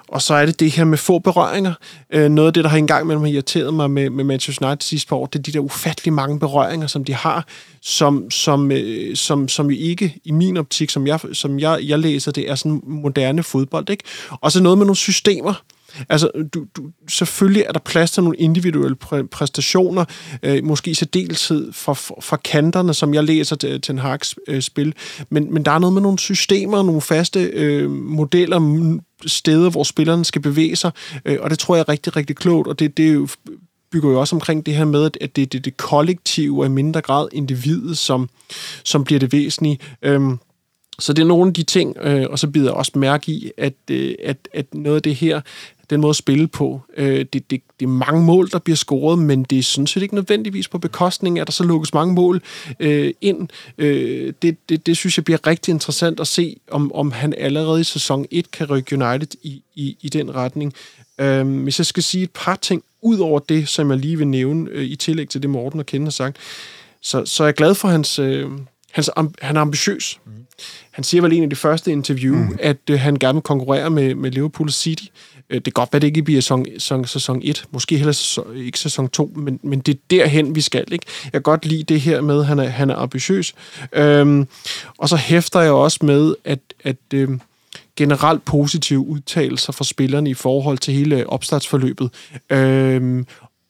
Og så er det det her med få berøringer. Øh, noget af det, der har engang mellem irriteret mig med, med Manchester United sidste par år, det er de der ufattelig mange berøringer, som de har, som, som, øh, som, som jo ikke, i min optik, som jeg, som jeg, jeg læser, det er sådan moderne fodbold, ikke? Og så noget med nogle systemer. Altså, du, du, selvfølgelig er der plads til nogle individuelle præ- præstationer, øh, måske i særdeleshed fra, fra kanterne, som jeg læser til Ten Hag's øh, spil, men, men der er noget med nogle systemer, nogle faste øh, modeller, steder, hvor spillerne skal bevæge sig, øh, og det tror jeg er rigtig, rigtig klogt, og det, det er jo, bygger jo også omkring det her med, at det er det, det kollektive og i mindre grad individet, som, som bliver det væsentlige. Øh, Så det er nogle af de ting, øh, og så bider jeg også mærke i, at, øh, at, at noget af det her, den måde at spille på, øh, det, det, det er mange mål, der bliver scoret, men det er sådan set ikke nødvendigvis på bekostning, at der så lukkes mange mål øh, ind. Øh, det, det, det synes jeg bliver rigtig interessant at se, om, om han allerede i sæson et kan rykke United i, i, i den retning. Øh, hvis jeg skal sige et par ting, ud over det, som jeg lige vil nævne, øh, i tillæg til det, Morten og Kenneth har sagt, så, så er jeg glad for hans... Øh, hans han er ambitiøs. Mm. Han siger vel en af de første interview, mm. at øh, han gerne vil konkurrere med, med Liverpool City. Øh, det kan godt være, det ikke bliver sæson, sæson, sæson et, måske heller sæson, ikke sæson to, men, men det er derhen, vi skal. Ikke? Jeg kan godt lide det her med, at han er, han er ambitiøs. Øhm, og så hæfter jeg også med, at, at øh, generelt positive udtalelser fra spillerne i forhold til hele opstartsforløbet. Øhm,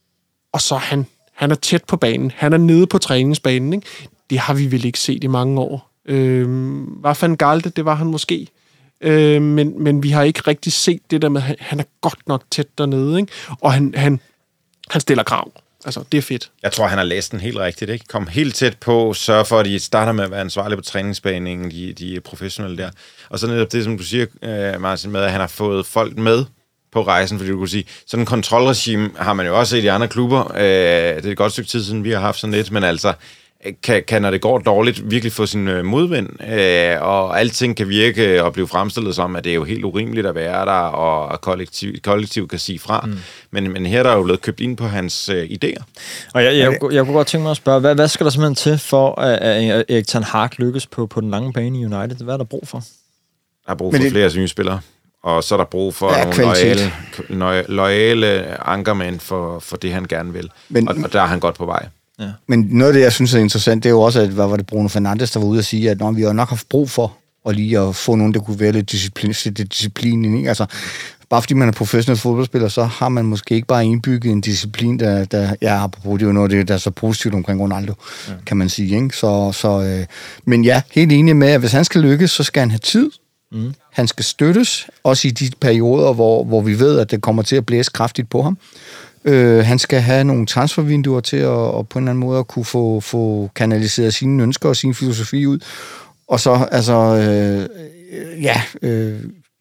og så han, han er tæt på banen. Han er nede på træningsbanen. Ikke? Det har vi vel ikke set i mange år. Øh, var Van Gaal det? Det var han måske. Øh, men, men vi har ikke rigtig set det der med, han, han er godt nok tæt dernede, ikke? Og han, han, han stiller krav. Altså, det er fedt. Jeg tror, han har læst den helt rigtigt, ikke? Kom helt tæt på, sørg for, at de starter med at være ansvarlige på træningsbanen, de, de er professionelle der. Og så netop det, som du siger, Martin, med, at han har fået folk med på rejsen, fordi du kunne sige, sådan en kontrolregime har man jo også set i andre klubber. Øh, det er et godt stykke tid siden, vi har haft sådan lidt, men altså, Kan, kan, når det går dårligt, virkelig få sin øh, modvind, øh, og alting kan virke og blive fremstillet som, at det er jo helt urimeligt at være der, og kollektiv, kollektiv kan sige fra. Mm. Men, men her er der jo blevet købt ind på hans øh, idéer. Og jeg, jeg, jeg, jeg kunne godt tænke mig at spørge, hvad, hvad skal der simpelthen til for, at Erik Ten Hag lykkes på, på den lange bane i United? Hvad er der brug for? Der er brug for det... flere nye spillere, og så er der brug for ja, nogle loyale, loyale ankermænd for, for det, han gerne vil. Men... Og, og der er han godt på vej. Ja. Men noget af det, jeg synes er interessant, det er jo også, at hvad var det Bruno Fernandes, der var ude og sige, at når vi har nok haft brug for at lige at få nogen, der kunne være lidt disciplin, lidt disciplin ikke? Altså, bare fordi man er professionel fodboldspiller, så har man måske ikke bare indbygget en disciplin, der, der ja, apropos det er jo noget, det, der er så positivt omkring Ronaldo, ja. Kan man sige, ikke? Så, så, øh, men ja, helt enig med, at hvis han skal lykkes, så skal han have tid. Mm. Han skal støttes, også i de perioder, hvor, hvor vi ved, at det kommer til at blæse kraftigt på ham. Øh, han skal have nogle transfervinduer til at, og på en eller anden måde at kunne få, få kanaliseret sine ønsker og sin filosofi ud. Og så, altså, øh, ja, øh,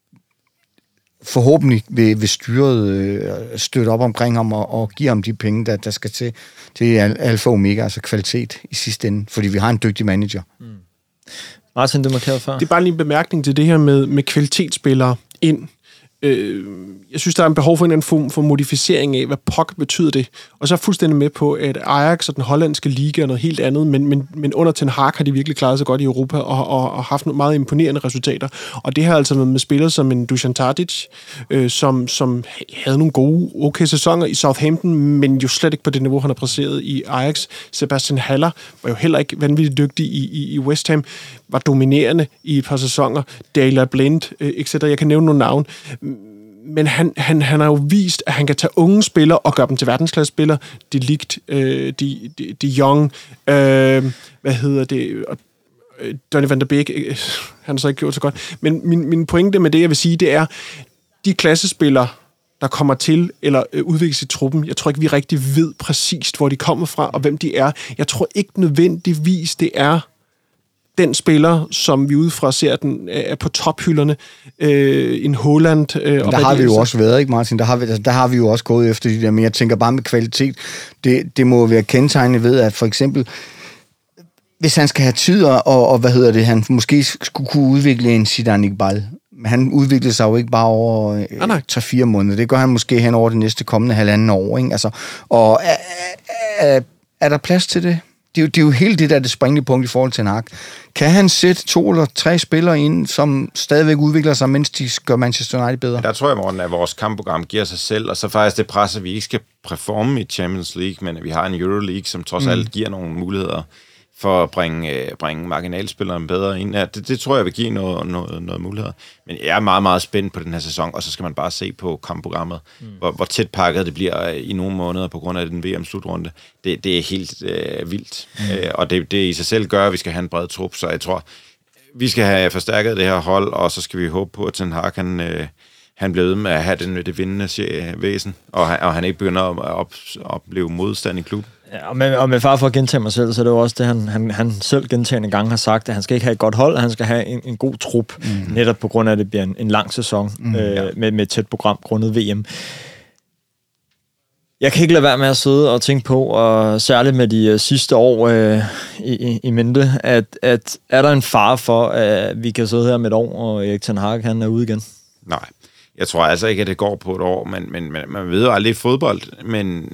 forhåbentlig vil, vil styret øh, støtte op omkring ham og, og give ham de penge, der, der skal til. Det er alfa og omega, altså kvalitet i sidste ende, fordi vi har en dygtig manager. Mm. Martin, du markerede før. Det er bare lige en bemærkning til det her med, med kvalitetsspillere ind. Øh, jeg synes, der er en behov for en eller anden form for modificering af, hvad P O C betyder det. Og så er jeg fuldstændig med på, at Ajax og den hollandske liga er noget helt andet, men, men, men under Ten Hag har de virkelig klaret sig godt i Europa og, og, og haft nogle meget imponerende resultater. Og det har altså med, med spillere som en Dusan Tadic, øh, som, som havde nogle gode, okay sæsoner i Southampton, men jo slet ikke på det niveau, han har præsteret i Ajax. Sebastian Haller var jo heller ikke vanvittigt dygtig i, i, i West Ham, var dominerende i et par sæsoner. Dale Blind, øh, et cetera. Jeg kan nævne nogle navne. Men han, han, han har jo vist, at han kan tage unge spillere og gøre dem til verdensklassespillere. De Ligt, øh, de, de, de Young, øh, hvad hedder det, øh, Donny van der Beek, øh, han har så ikke gjort så godt. Men min, min pointe med det, jeg vil sige, det er, de klassespillere, der kommer til eller øh, udvikles i truppen, jeg tror ikke, vi rigtig ved præcist, hvor de kommer fra og hvem de er. Jeg tror ikke nødvendigvis, det er den spiller, som vi udefra ser, den er på tophylderne, øh, en Haaland. Øh, og der har vi jo også været, ikke Martin? Der har, vi, altså, der har vi jo også gået efter de der, men jeg tænker bare med kvalitet. Det, det må være kendetegnet ved, at for eksempel, hvis han skal have tid, og, og hvad hedder det, han måske skulle kunne udvikle en Zidane Iqbal. Han udviklede sig jo ikke bare over ah, tre fire måneder. Det gør han måske hen over det næste kommende halvanden år, ikke? Altså, og er, er, er der plads til det? det, er jo, det er jo hele det der det springende punkt i forhold til Ten Hag. Kan han sætte to eller tre spillere ind, som stadigvæk udvikler sig, mens de gør Manchester United bedre? Der tror jeg, Morten, at vores kampprogram giver sig selv, og så faktisk det pres, at vi ikke skal performe i Champions League, men at vi har en Euroleague, som trods mm. alt giver nogle muligheder for at bringe, bringe marginalspilleren bedre ind. Ja, det, det tror jeg vil give noget, noget, noget muligheder. Men jeg er meget, meget spændt på den her sæson, og så skal man bare se på kampprogrammet, mm. hvor, hvor tæt pakket det bliver i nogle måneder på grund af den V M-slutrunde. Det, det er helt øh, vildt, mm. øh, og det, det i sig selv gør, at vi skal have en bred trup, så jeg tror, vi skal have forstærket det her hold, og så skal vi håbe på, at Ten Hag kan... Øh, han blev ved med at have den, det vindende væsen, og han, og han ikke begynder at op, opleve modstand i klubben. Ja, og, med, og med far for at gentage mig selv, så er det jo også det, han, han, han selv gentagende gange har sagt, at han skal ikke have et godt hold, han skal have en, en god trup, mm. netop på grund af, at det bliver en, en lang sæson mm, øh, ja. med, med et tæt program grundet V M. Jeg kan ikke lade være med at sidde og tænke på, og særligt med de uh, sidste år øh, i, i mente, at, at er der en fare for, at vi kan sidde her med et år, og Erik Ten Hag, han er ude igen? Nej. Jeg tror altså ikke, at det går på et år, men, men, men man ved jo aldrig i fodbold, men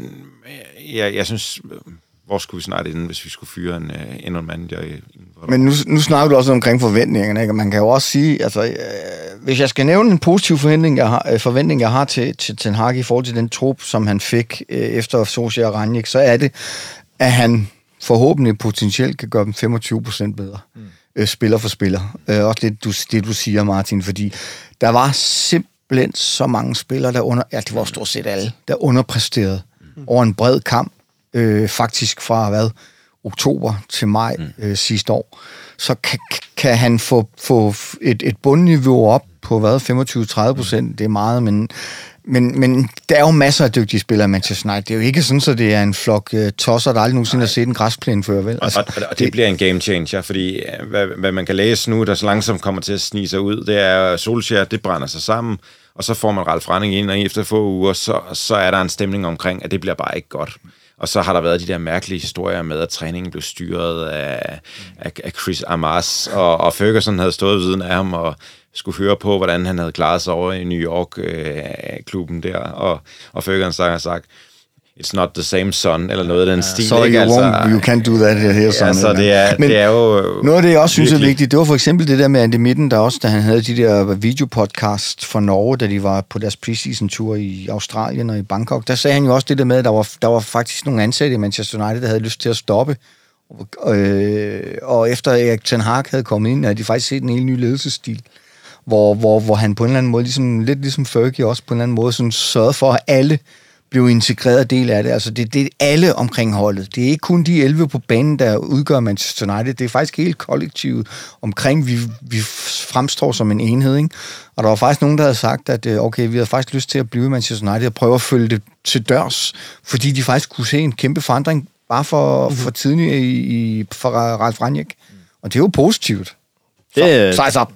jeg, jeg synes, hvor skulle vi snart inden, hvis vi skulle fyre en, endnu en manager? I, men nu, nu snakker du også omkring forventningerne, ikke? Man kan jo også sige, altså, øh, hvis jeg skal nævne en positiv forventning, jeg har, øh, forventning, jeg har til, til Ten Hag i forhold til den trup, som han fik øh, efter Solskjaer og Rangnick, så er det, at han forhåbentlig potentielt kan gøre dem femogtyve procent bedre. Mm. Øh, spiller for spiller. Øh, også det du, det, du siger, Martin, fordi der var simpelthen blandt så mange spillere, der under, ja, det var stort set alle, der underpræsterede mm. over en bred kamp, øh, faktisk fra, hvad, oktober til maj mm. øh, sidste år. Så kan, kan han få, få et, et bundniveau op på, hvad, femogtyve til tredive procent, mm. det er meget, men, men, men der er jo masser af dygtige spillere i Manchester United. Det er jo ikke sådan, at det er en flok uh, tosser, der aldrig nogensinde har set en græsplæne før, vel? Altså, og, og, og det, det bliver en game changer, fordi hvad, hvad man kan læse nu, der så langsomt kommer til at snige sig ud, det er Solskjaer, det brænder sig sammen, og så får man Ralf Rangnick ind, og efter få uger, så, så er der en stemning omkring, at det bliver bare ikke godt. Og så har der været de der mærkelige historier med, at træningen blev styret af, af, af Chris Armas, og, og Ferguson havde stået ved siden af ham og skulle høre på, hvordan han havde klaret sig over i New York-klubben øh, der, og, og Ferguson har sagt, it's not the same son, eller noget af den ja, stil. So you, altså, won't, you can't do that here, son. Ja, så det er, Men det er jo... Noget af det, jeg også synes er vigtigt, det var for eksempel det der med Andy Midden, der også, da han havde de der videopodcast for Norge, da de var på deres preseason-tur i Australien og i Bangkok, der sagde han jo også det der med, at der var, der var faktisk nogle ansatte i Manchester United, der havde lyst til at stoppe. Og, øh, og efter Erik Ten Hag havde kommet ind, havde de faktisk set en helt ny ledelsesstil, hvor, hvor, hvor han på en eller anden måde, ligesom, lidt ligesom Fergie også på en eller anden måde, sådan sørgede for, at alle blev integreret del af det. Altså, det, det er alle omkring holdet. Det er ikke kun de elleve på banen, der udgør Manchester United. Det er faktisk helt kollektivet omkring, vi, vi fremstår som en enhed, ikke? Og der var faktisk nogen, der havde sagt, at okay, vi havde faktisk lyst til at blive Manchester United og prøve at følge det til dørs, fordi de faktisk kunne se en kæmpe forandring bare for, for tiden i, i for Ralf Rangnick. Og det er jo positivt. Det, så, så,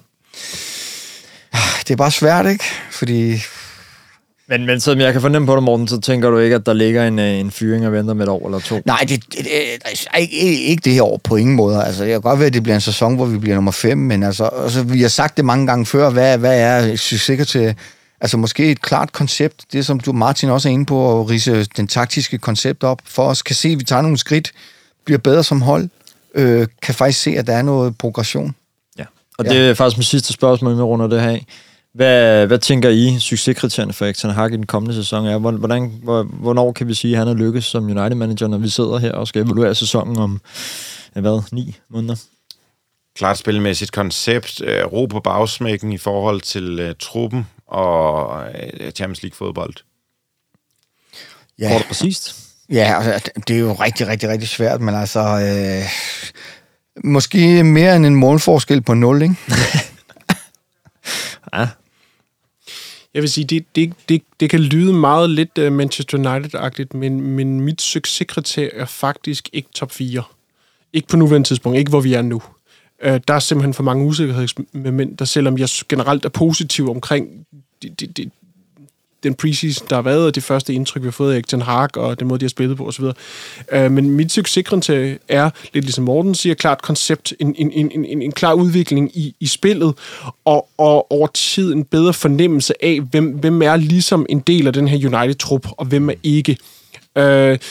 det er bare svært, ikke? Fordi... Men, men som jeg kan fornemme på dig, Morten, så tænker du ikke, at der ligger en, en fyring og venter med et år eller to? Nej, det, det, det er ikke, ikke det her år på ingen måde. Altså, det kan godt være, at det bliver en sæson, hvor vi bliver nummer fem, men altså, altså vi har sagt det mange gange før, hvad, hvad er succes til... Altså måske et klart koncept, det som du, Martin, også er inde på, at ridse den taktiske koncept op, for os kan se, at vi tager nogle skridt, bliver bedre som hold, øh, kan faktisk se, at der er noget progression. Ja, og ja. Det er faktisk mit sidste spørgsmål, med runder det her af. Hvad, hvad tænker I, succeskriterierne for Erik Ten Hag i den kommende sæson er? Hvordan, hvornår kan vi sige, at han er lykkes som United-manager, når vi sidder her og skal evaluere sæsonen om, hvad, ni måneder? Klart spilmæssigt koncept, øh, ro på bagsmækken i forhold til øh, truppen og øh, Champions League-fodbold. Ja. Kort og præcist. Ja, altså, det er jo rigtig, rigtig, rigtig svært, men altså... Øh, måske mere end en målforskel på nul, ikke? Ja. Jeg vil sige, det, det, det, det kan lyde meget lidt uh, Manchester United-agtigt, men, men mit succeskriterie er faktisk ikke top fire. Ikke på nuværende tidspunkt, ikke hvor vi er nu. Uh, der er simpelthen for mange usikkerhedsmomenter, selvom jeg generelt er positiv omkring det, det, det, den preseason, der har været, og det første indtryk, vi har fået af Erik Ten Hag, og den måde, de har spillet på, osv. Uh, men mit succeskriterie er, lidt ligesom Morten siger, klart koncept, en, en, en, en, en klar udvikling i, i spillet, og, og over tid en bedre fornemmelse af, hvem, hvem er ligesom en del af den her United-trup, og hvem er ikke. Uh,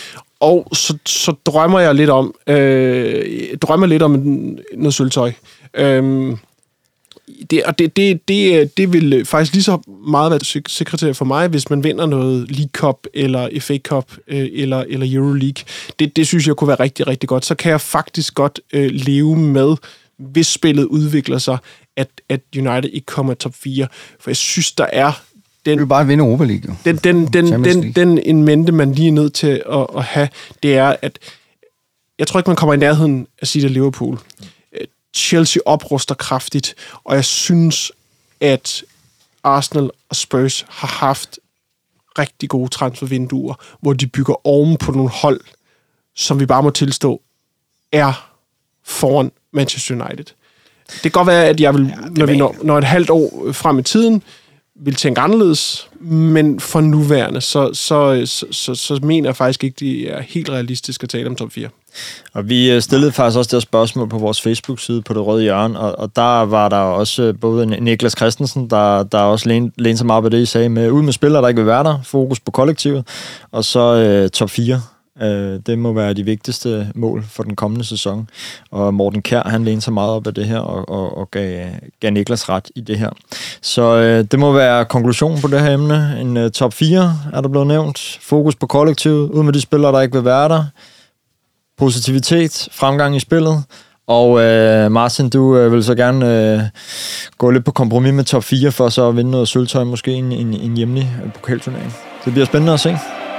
Og så, så drømmer jeg lidt om, øh, drømmer lidt om noget sølvtøj. Øh, Det, og det, det, det, det vil faktisk lige så meget være sekretær for mig, hvis man vinder noget League Cup, eller F A Cup, øh, eller, eller Euroleague. Det, det synes jeg kunne være rigtig, rigtig godt. Så kan jeg faktisk godt øh, leve med, hvis spillet udvikler sig, at, at United ikke kommer top fire. For jeg synes, der er den... Vi vil bare vinde Europa League, jo. Den, den, den, den, den en mente, man lige er nødt til at, at have, det er, at jeg tror ikke, man kommer i nærheden af City Liverpool. Chelsea opruster kraftigt, og jeg synes, at Arsenal og Spurs har haft rigtig gode transfervinduer, hvor de bygger oven på nogle hold, som vi bare må tilstå, er foran Manchester United. Det kan godt være, at jeg vil, ja, når vi når, når et halvt år frem i tiden, vil tænke anderledes, men for nuværende, så, så, så, så, så mener jeg faktisk ikke, det er helt realistisk at tale om top fire. Og vi stillede faktisk også det spørgsmål på vores Facebook-side på Det Røde Hjørne, og, og der var der også både Niklas Christensen, der, der også lænede sig meget på det, I sagde, med ud med spillere, der ikke vil være der, fokus på kollektivet, og så øh, top fire. Øh, det må være de vigtigste mål for den kommende sæson. Og Morten Kjær, han lænede sig meget op af det her, og, og, og gav, gav Niklas ret i det her. Så øh, det må være konklusionen på det her emne. En øh, top fire er der blevet nævnt. Fokus på kollektivet, ud med de spillere, der ikke vil være der. Positivitet, fremgang i spillet, og øh, Martin, du øh, vil så gerne øh, gå lidt på kompromis med top fire, for så at vinde noget sølvtøj, måske en, en, en hjemlig pokalturnering. Det bliver spændende at se.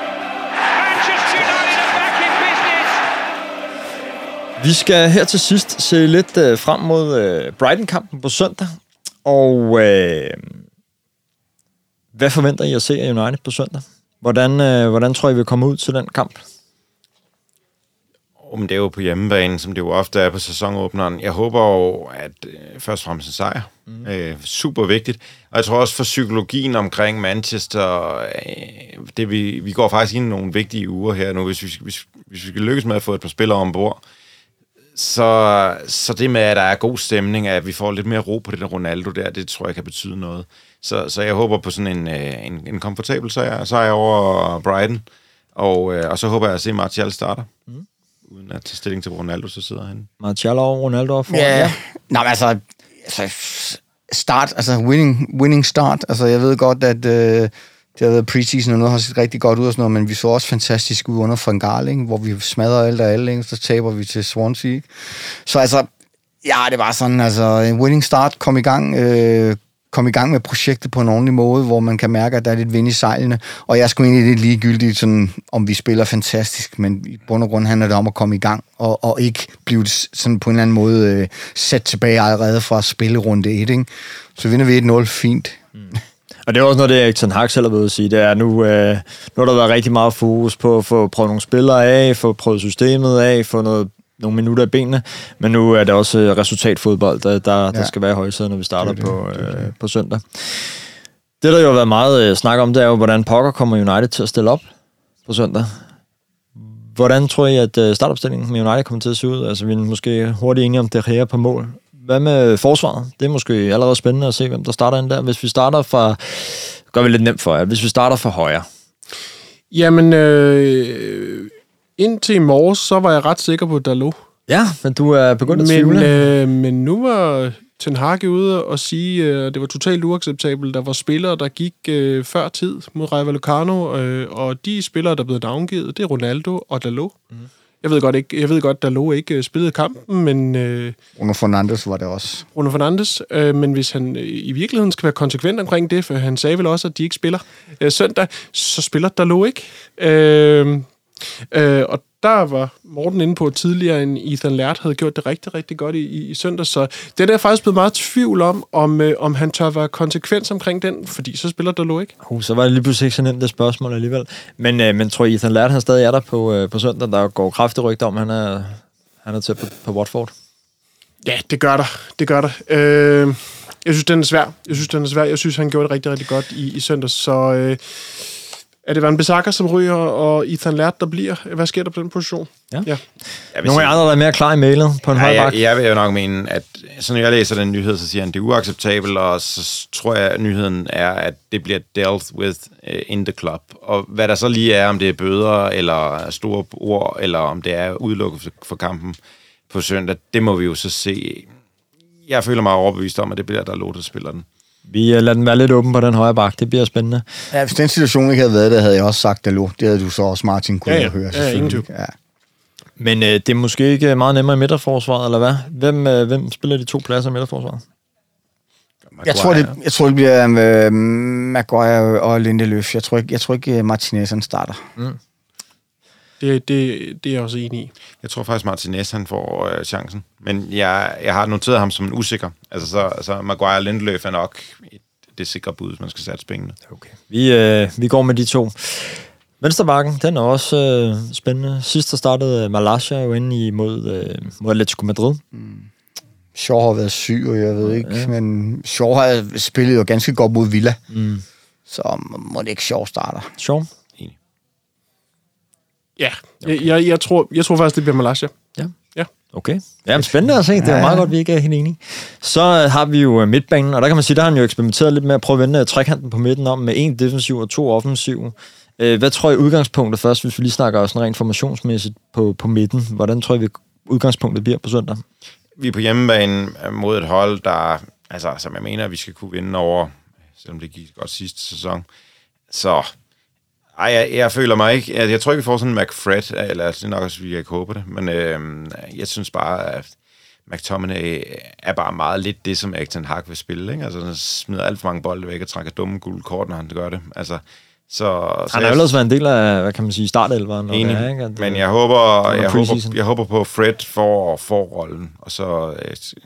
Vi skal her til sidst se lidt øh, frem mod øh, Brighton-kampen på søndag, og øh, hvad forventer I at se af United på søndag? Hvordan, øh, hvordan tror I, vi kommer ud til den kamp? Men det er jo på hjemmebane, som det jo ofte er på sæsonåbneren. Jeg håber jo, at øh, først og fremmest en sejr. Mm. Øh, super vigtigt. Og jeg tror også for psykologien omkring Manchester, øh, det vi, vi går faktisk ind i nogle vigtige uger her nu, hvis vi, hvis, hvis vi skal lykkes med at få et par spillere ombord. Så, så det med, at der er god stemning, at vi får lidt mere ro på det der Ronaldo der, det tror jeg kan betyde noget. Så, så jeg håber på sådan en, en, en komfortabel sejr, sejr over Brighton. Og, og så håber jeg at se Martial starter. Mm. Uden at tage stilling til Ronaldo, så sidder han. Martial og Ronaldo foran. Ja, ja. Nå, men altså, altså start, altså winning, winning start. Altså, jeg ved godt, at øh, det har været preseason, og noget har set rigtig godt ud og sådan noget, men vi så også fantastisk ud under Van Gaal, ikke? Hvor vi smadrer alt og alle, ikke? Så taber vi til Swansea, ikke? Så altså, ja, det var sådan, altså, en winning start, kom i gang, øh, kom i gang med projektet på en ordentlig måde, hvor man kan mærke, at der er lidt vind i sejlene, og jeg skulle egentlig lidt ligegyldigt, sådan, om vi spiller fantastisk, men i bund og grund handler det om at komme i gang, og, og ikke blive sådan på en eller anden måde øh, sat tilbage allerede fra spillerunde et, ikke? Så vinder vi et nul, fint. Mm. Og det er også noget, det Erik Ten Hag selv har ved at sige, det er, nu, øh, nu har der været rigtig meget fokus på at få prøvet nogle spillere af, få prøvet systemet af, få noget nogle minutter i benene, men nu er det også resultatfodbold, der, der, ja. der skal være i højsædet, når vi starter det det, på, det det. Øh, på søndag. Det, der jo har været meget øh, snak om, det er jo, hvordan pokker kommer United til at stille op på søndag. Hvordan tror I, at øh, startopstillingen med United kommer til at se ud? Altså, vi er måske hurtigt enige om det her på mål. Hvad med forsvaret? Det er måske allerede spændende at se, hvem der starter ind der. Hvis vi starter fra... gør vi lidt nemt for jer. Hvis vi starter fra højre. Jamen... Øh Indtil i morges, så var jeg ret sikker på Dalot. Ja, men du er begyndt at tvivle. Men, øh, men nu var Ten Hag ude og sige, at øh, det var totalt uacceptabelt. Der var spillere, der gik øh, før tid mod Rayo Vallecano, øh, og de spillere, der blev navngivet, det er Ronaldo og Dalot. Mm. Jeg ved godt ikke, jeg ved godt, Dalot ikke spillede kampen, men øh, Bruno Fernandes var det også. Bruno Fernandes, øh, men hvis han øh, i virkeligheden skal være konsekvent omkring det, for han sagde vel også, at de ikke spiller øh, søndag, så spiller Dalot ikke. Øh, Øh, og der var Morten inde på tidligere, en Ethan Laird havde gjort det rigtig, rigtig godt i, i, i søndag, så det er der faktisk blevet meget tvivl om, om, øh, om han tør være konsekvens omkring den, fordi så spiller Dalot ikke. Uh, så var det lige pludselig ikke så nemt det spørgsmål alligevel. Men, øh, men tror I, Ethan Laird han stadig er der på, øh, på søndag? Der går kraftigt rygter om, han er, han er til på, på Watford. Ja, det gør der. Det gør der. Øh, jeg synes, den er svær. Jeg synes, den er svær. Jeg synes, han gjorde det rigtig, rigtig godt i, i søndag, så... Øh, Er det Van Bissaka, som ryger, og Ethan Laird, der bliver? Hvad sker der på den position? Ja. ja. Nogle af andre, der er mere klar i mailet på en ja, højre bak. Jeg, jeg vil jo nok mene, at så når jeg læser den nyhed, så siger han, at det er uacceptabelt, og så tror jeg, at nyheden er, at det bliver dealt with in the club. Og hvad der så lige er, om det er bøder, eller store ord, eller om det er udelukket for kampen på søndag, det må vi jo så se. Jeg føler mig overbevist om, at det bliver der Lotte spiller den. Vi lader den være lidt åben på den højre bak. Det bliver spændende. Ja, hvis den situation ikke havde været der, havde jeg også sagt Dalot. Det havde du så også, Martin, kunne ja, ja. høre. Ja, ingen tvivl. Ja. Men øh, det er måske ikke meget nemmere i midterforsvaret, eller hvad? Hvem, øh, hvem spiller de to pladser i midterforsvaret? Jeg tror, det, jeg tror, det bliver øh, Maguire og Lindeløf. Jeg tror ikke, jeg tror ikke Martinez han starter. Mm. Det, det, det er jeg også enig i. Jeg tror faktisk, Martinez han får øh, chancen. Men jeg, jeg har noteret ham som en usikker. Altså, så, så Maguire og Lindeløf er nok et, det sikre bud, hvis man skal sætte pengene. Okay. Vi, øh, vi går med de to. Venstrebakken, den er også øh, spændende. Sidst der startede Malacia jo inde i mod, øh, mod Atletico Madrid. Mm. Shaw har været syg, og jeg ved ikke, ja. Men Shaw har spillet jo ganske godt mod Villa. Mm. Så må det ikke Shaw starter. Shaw? Enig. Ja, okay. jeg, jeg, jeg, tror, jeg tror faktisk, det bliver Malacia. Ja. Ja. Okay. Ja, spændende at se. Det er meget godt, vi ikke er helt enige. Så har vi jo midtbanen, og der kan man sige, der har han jo eksperimenteret lidt med at prøve at vende trekanten på midten om med en defensiv og to offensiv. Hvad tror I udgangspunktet først, hvis vi lige snakker sådan rent formationsmæssigt på, på midten? Hvordan tror I, vi udgangspunktet bliver på søndag? Vi er på hjemmebane mod et hold, der, altså, som jeg mener, vi skal kunne vinde over, selvom det gik godt sidste sæson. Så ej, jeg, jeg føler mig ikke, jeg, jeg tror ikke, vi får sådan en McFred, eller det er nok også, vi kan ikke håbe det, men øh, jeg synes bare, at McTominay er bare meget lidt det, som Erik ten Hag vil spille, ikke? Altså, han smider alt for mange bolde væk og trækker dumme gule kort, når han gør det. Altså, så, han har jo ellers været en del af, hvad kan man sige, startelveren. Enig, det er, ikke? At, men jeg håber, jeg håber, jeg håber på, at Fred får, får rollen, og så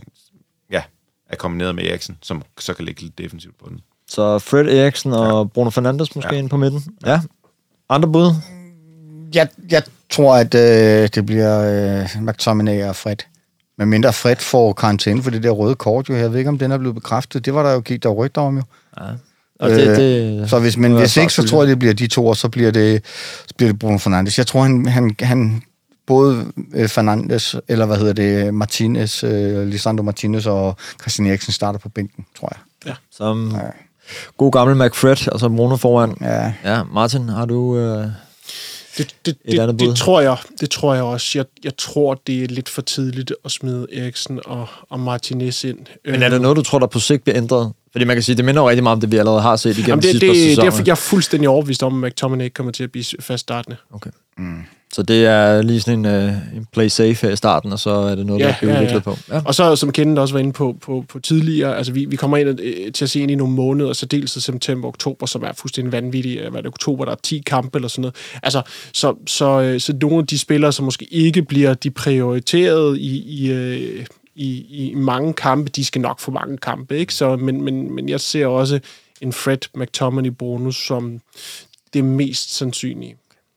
ja, er kombineret med Eriksen, som så kan ligge lidt defensivt på den. Så Fred, Eriksen og ja. Bruno Fernandes måske ja. Ind på midten. Ja. Andre bud? Jeg, jeg tror, at øh, det bliver øh, McTominay og Fred. Men mindre Fred får karantæne for det der røde kort, jo. Jeg ved ikke, om den er blevet bekræftet. Det var der jo gik der rygter om, jo. Ja. Og det, det, så hvis, men hvis ikke, så tror jeg, det bliver de to, og så bliver det, så bliver det Bruno Fernandes. Jeg tror, han, han, han både Fernandes, eller hvad hedder det, Martinez, uh, Lisandro Martinez og Christian Eriksen starter på bænken, tror jeg. Ja. Som ja. God gammel McFred, og så Bruno foran. Ja. Ja, Martin, har du uh, det, det, et andet bud? Det tror jeg, det tror jeg også. Jeg, jeg tror, det er lidt for tidligt at smide Eriksen og, og Martinez ind. Men er det noget, du tror, der på sigt bliver ændret? Fordi man kan sige, det minder jo rigtig meget om det, vi allerede har set igennem Jamen det, sidste det, sæsoner. Det er, jeg er fuldstændig overbevist om, at McTominay ikke kommer til at blive fast startende. Okay. Mm. Så det er lige sådan en, uh, en play safe her i starten, og så er det noget, ja, der bliver ja, udviklet ja. på. Ja. Og så, som Kenneth også var inde på, på, på tidligere, altså vi, vi kommer ind uh, til at se ind i nogle måneder, så dels i september og oktober, som er fuldstændig vanvittigt. Hvad er det, oktober, der er ti kampe eller sådan noget. Altså, så, så, så, så nogle af de spillere, som måske ikke bliver de prioriteret i... i uh, I, i mange kampe, de skal nok få mange kampe, ikke? Så, men, men, men jeg ser også en Fred McTominay bonus som det mest sandsynlige.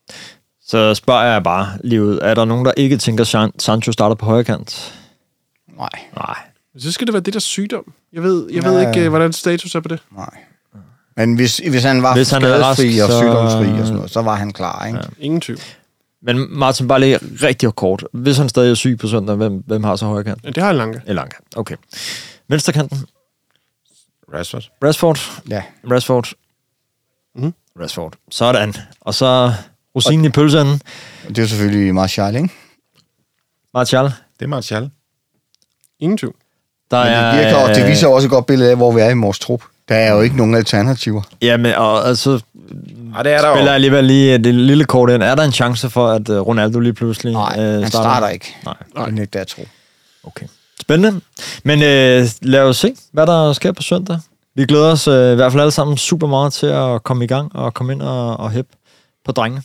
Så spørger jeg bare lige ud, er der nogen, der ikke tænker, San- Sancho starter på højre kant? Nej. Nej. Så skal det være det der sygdom. Jeg ved, jeg ved ikke, hvordan status er på det. Nej. Men hvis, hvis han var hvis han skadesfri og så... sygdomsfri og sådan noget, så var han klar, ikke? Ja. Ingen tvivl. Men Martin, bare lige rigtig kort. Hvis han stadig er syg på søndag, hvem, hvem har så højre kant? Ja, det har Lange. Ja, Lange. Okay. Venstre kanten? Rashford. Rashford? Ja. Rashford. Mm. Rashford. Sådan. Og så rosinen i pølsen. Det er selvfølgelig Martial, ikke? Martial. Det er Martial. Ingen tvivl. Der men det, virker, og det viser også et godt billede af, hvor vi er i vores trup. Der er jo ikke nogen alternativer. Ja, men og, altså... Ja, det er der spiller alligevel lige det lille kort ind. Er der en chance for, at Ronaldo lige pludselig Nej, øh, starter? han starter ikke. Nej. Nej. Det er ikke det, jeg tror. Okay. Spændende. Men øh, lad os se, hvad der sker på søndag. Vi glæder os øh, i hvert fald alle sammen super meget til at komme i gang og komme ind og, og hæppe på drengene.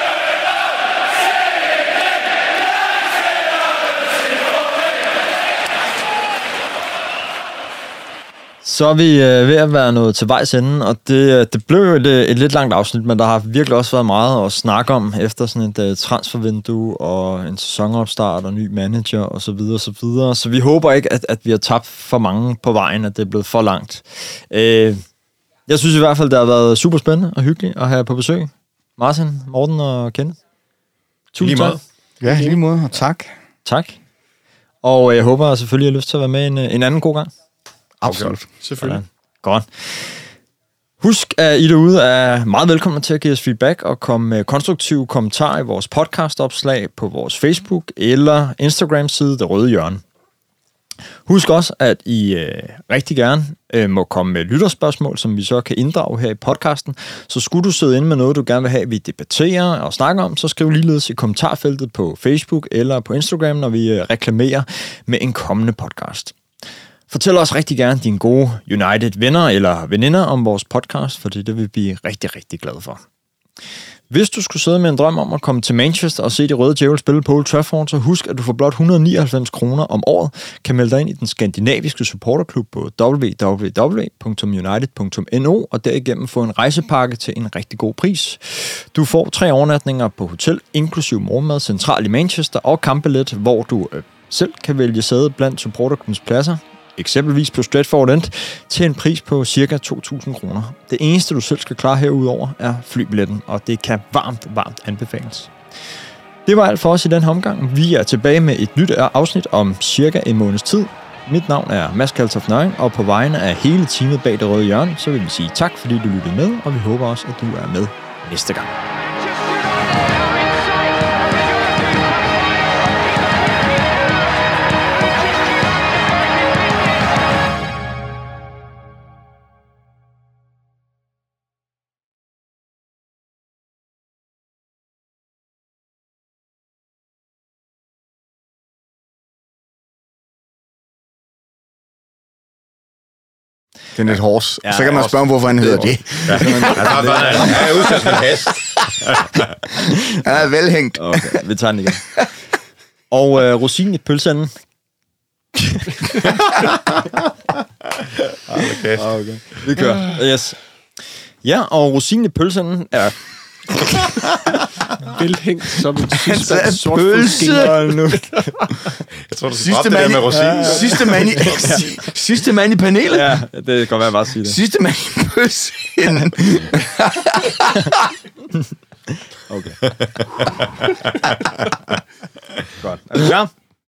Så er vi øh, ved at være nået til vejs ende, og det, det blev et, et lidt langt afsnit, men der har virkelig også været meget at snakke om efter sådan et uh, transfervindue og en sæsonopstart og ny manager og så videre og så videre. Så vi håber ikke, at, at vi har tabt for mange på vejen, at det er blevet for langt. Øh, jeg synes i hvert fald, det har været super spændende og hyggeligt at have på besøg Martin, Morten og Kenneth. Tusind tak. Ja, lige måde, og tak. Tak. Og jeg håber selvfølgelig, at I har lyst til at være med en, en anden god gang. Absolut. Selvfølgelig. Godt. Husk, at I derude er meget velkomne til at give os feedback og komme med konstruktive kommentarer i vores podcastopslag på vores Facebook eller Instagram-side, Det Røde Hjørne. Husk også, at I øh, rigtig gerne øh, må komme med lytterspørgsmål, som vi så kan inddrage her i podcasten. Så skulle du sidde inde med noget, du gerne vil have, at vi debatterer og snakker om, så skriv ligeledes i kommentarfeltet på Facebook eller på Instagram, når vi øh, reklamerer med en kommende podcast. Fortæl os rigtig gerne dine gode United-venner eller veninder om vores podcast, for det, det vil vi blive rigtig, rigtig glade for. Hvis du skulle sidde med en drøm om at komme til Manchester og se de Røde Djævel spille på Old Trafford, så husk, at du for blot et hundrede og nioghalvfems kroner om året kan melde dig ind i den skandinaviske supporterklub på w w w punktum united punktum n o og derigennem få en rejsepakke til en rigtig god pris. Du får tre overnatninger på hotel, inklusiv morgenmad, centralt i Manchester og kampbillet, hvor du øh, selv kan vælge sæde blandt supporterklubbens pladser, eksempelvis på Stratford End, til en pris på cirka to tusind kroner. Det eneste, du selv skal klare herudover, er flybilletten, og det kan varmt, varmt anbefales. Det var alt for os i den her omgang. Vi er tilbage med et nyt afsnit om cirka en måneds tid. Mit navn er Mads Kaltoft Nøgen, og på vegne af hele teamet bag Det Røde Hjørne, så vil vi sige tak, fordi du lyttede med, og vi håber også, at du er med næste gang. Kenneth Horse. Ja, så kan man spørge, hvorfor han hedder det. Ja, han er udsat som en hest. Han er velhængt. Okay, vi tager den igen. Og øh, rosinen i pølseenden. Okay. Okay. Vi kører. Yes. Ja, og rosinen i pølseenden er... Velhængt som en Han sidste sagde sort pølse. nu. Jeg tror, du skal droppe det der med rosinen. Sidste mand i, sidste mand i panelet. Ja, det kan godt være, at bare sige det. Sidste mand i pølsen. Okay. Godt. Er du klar?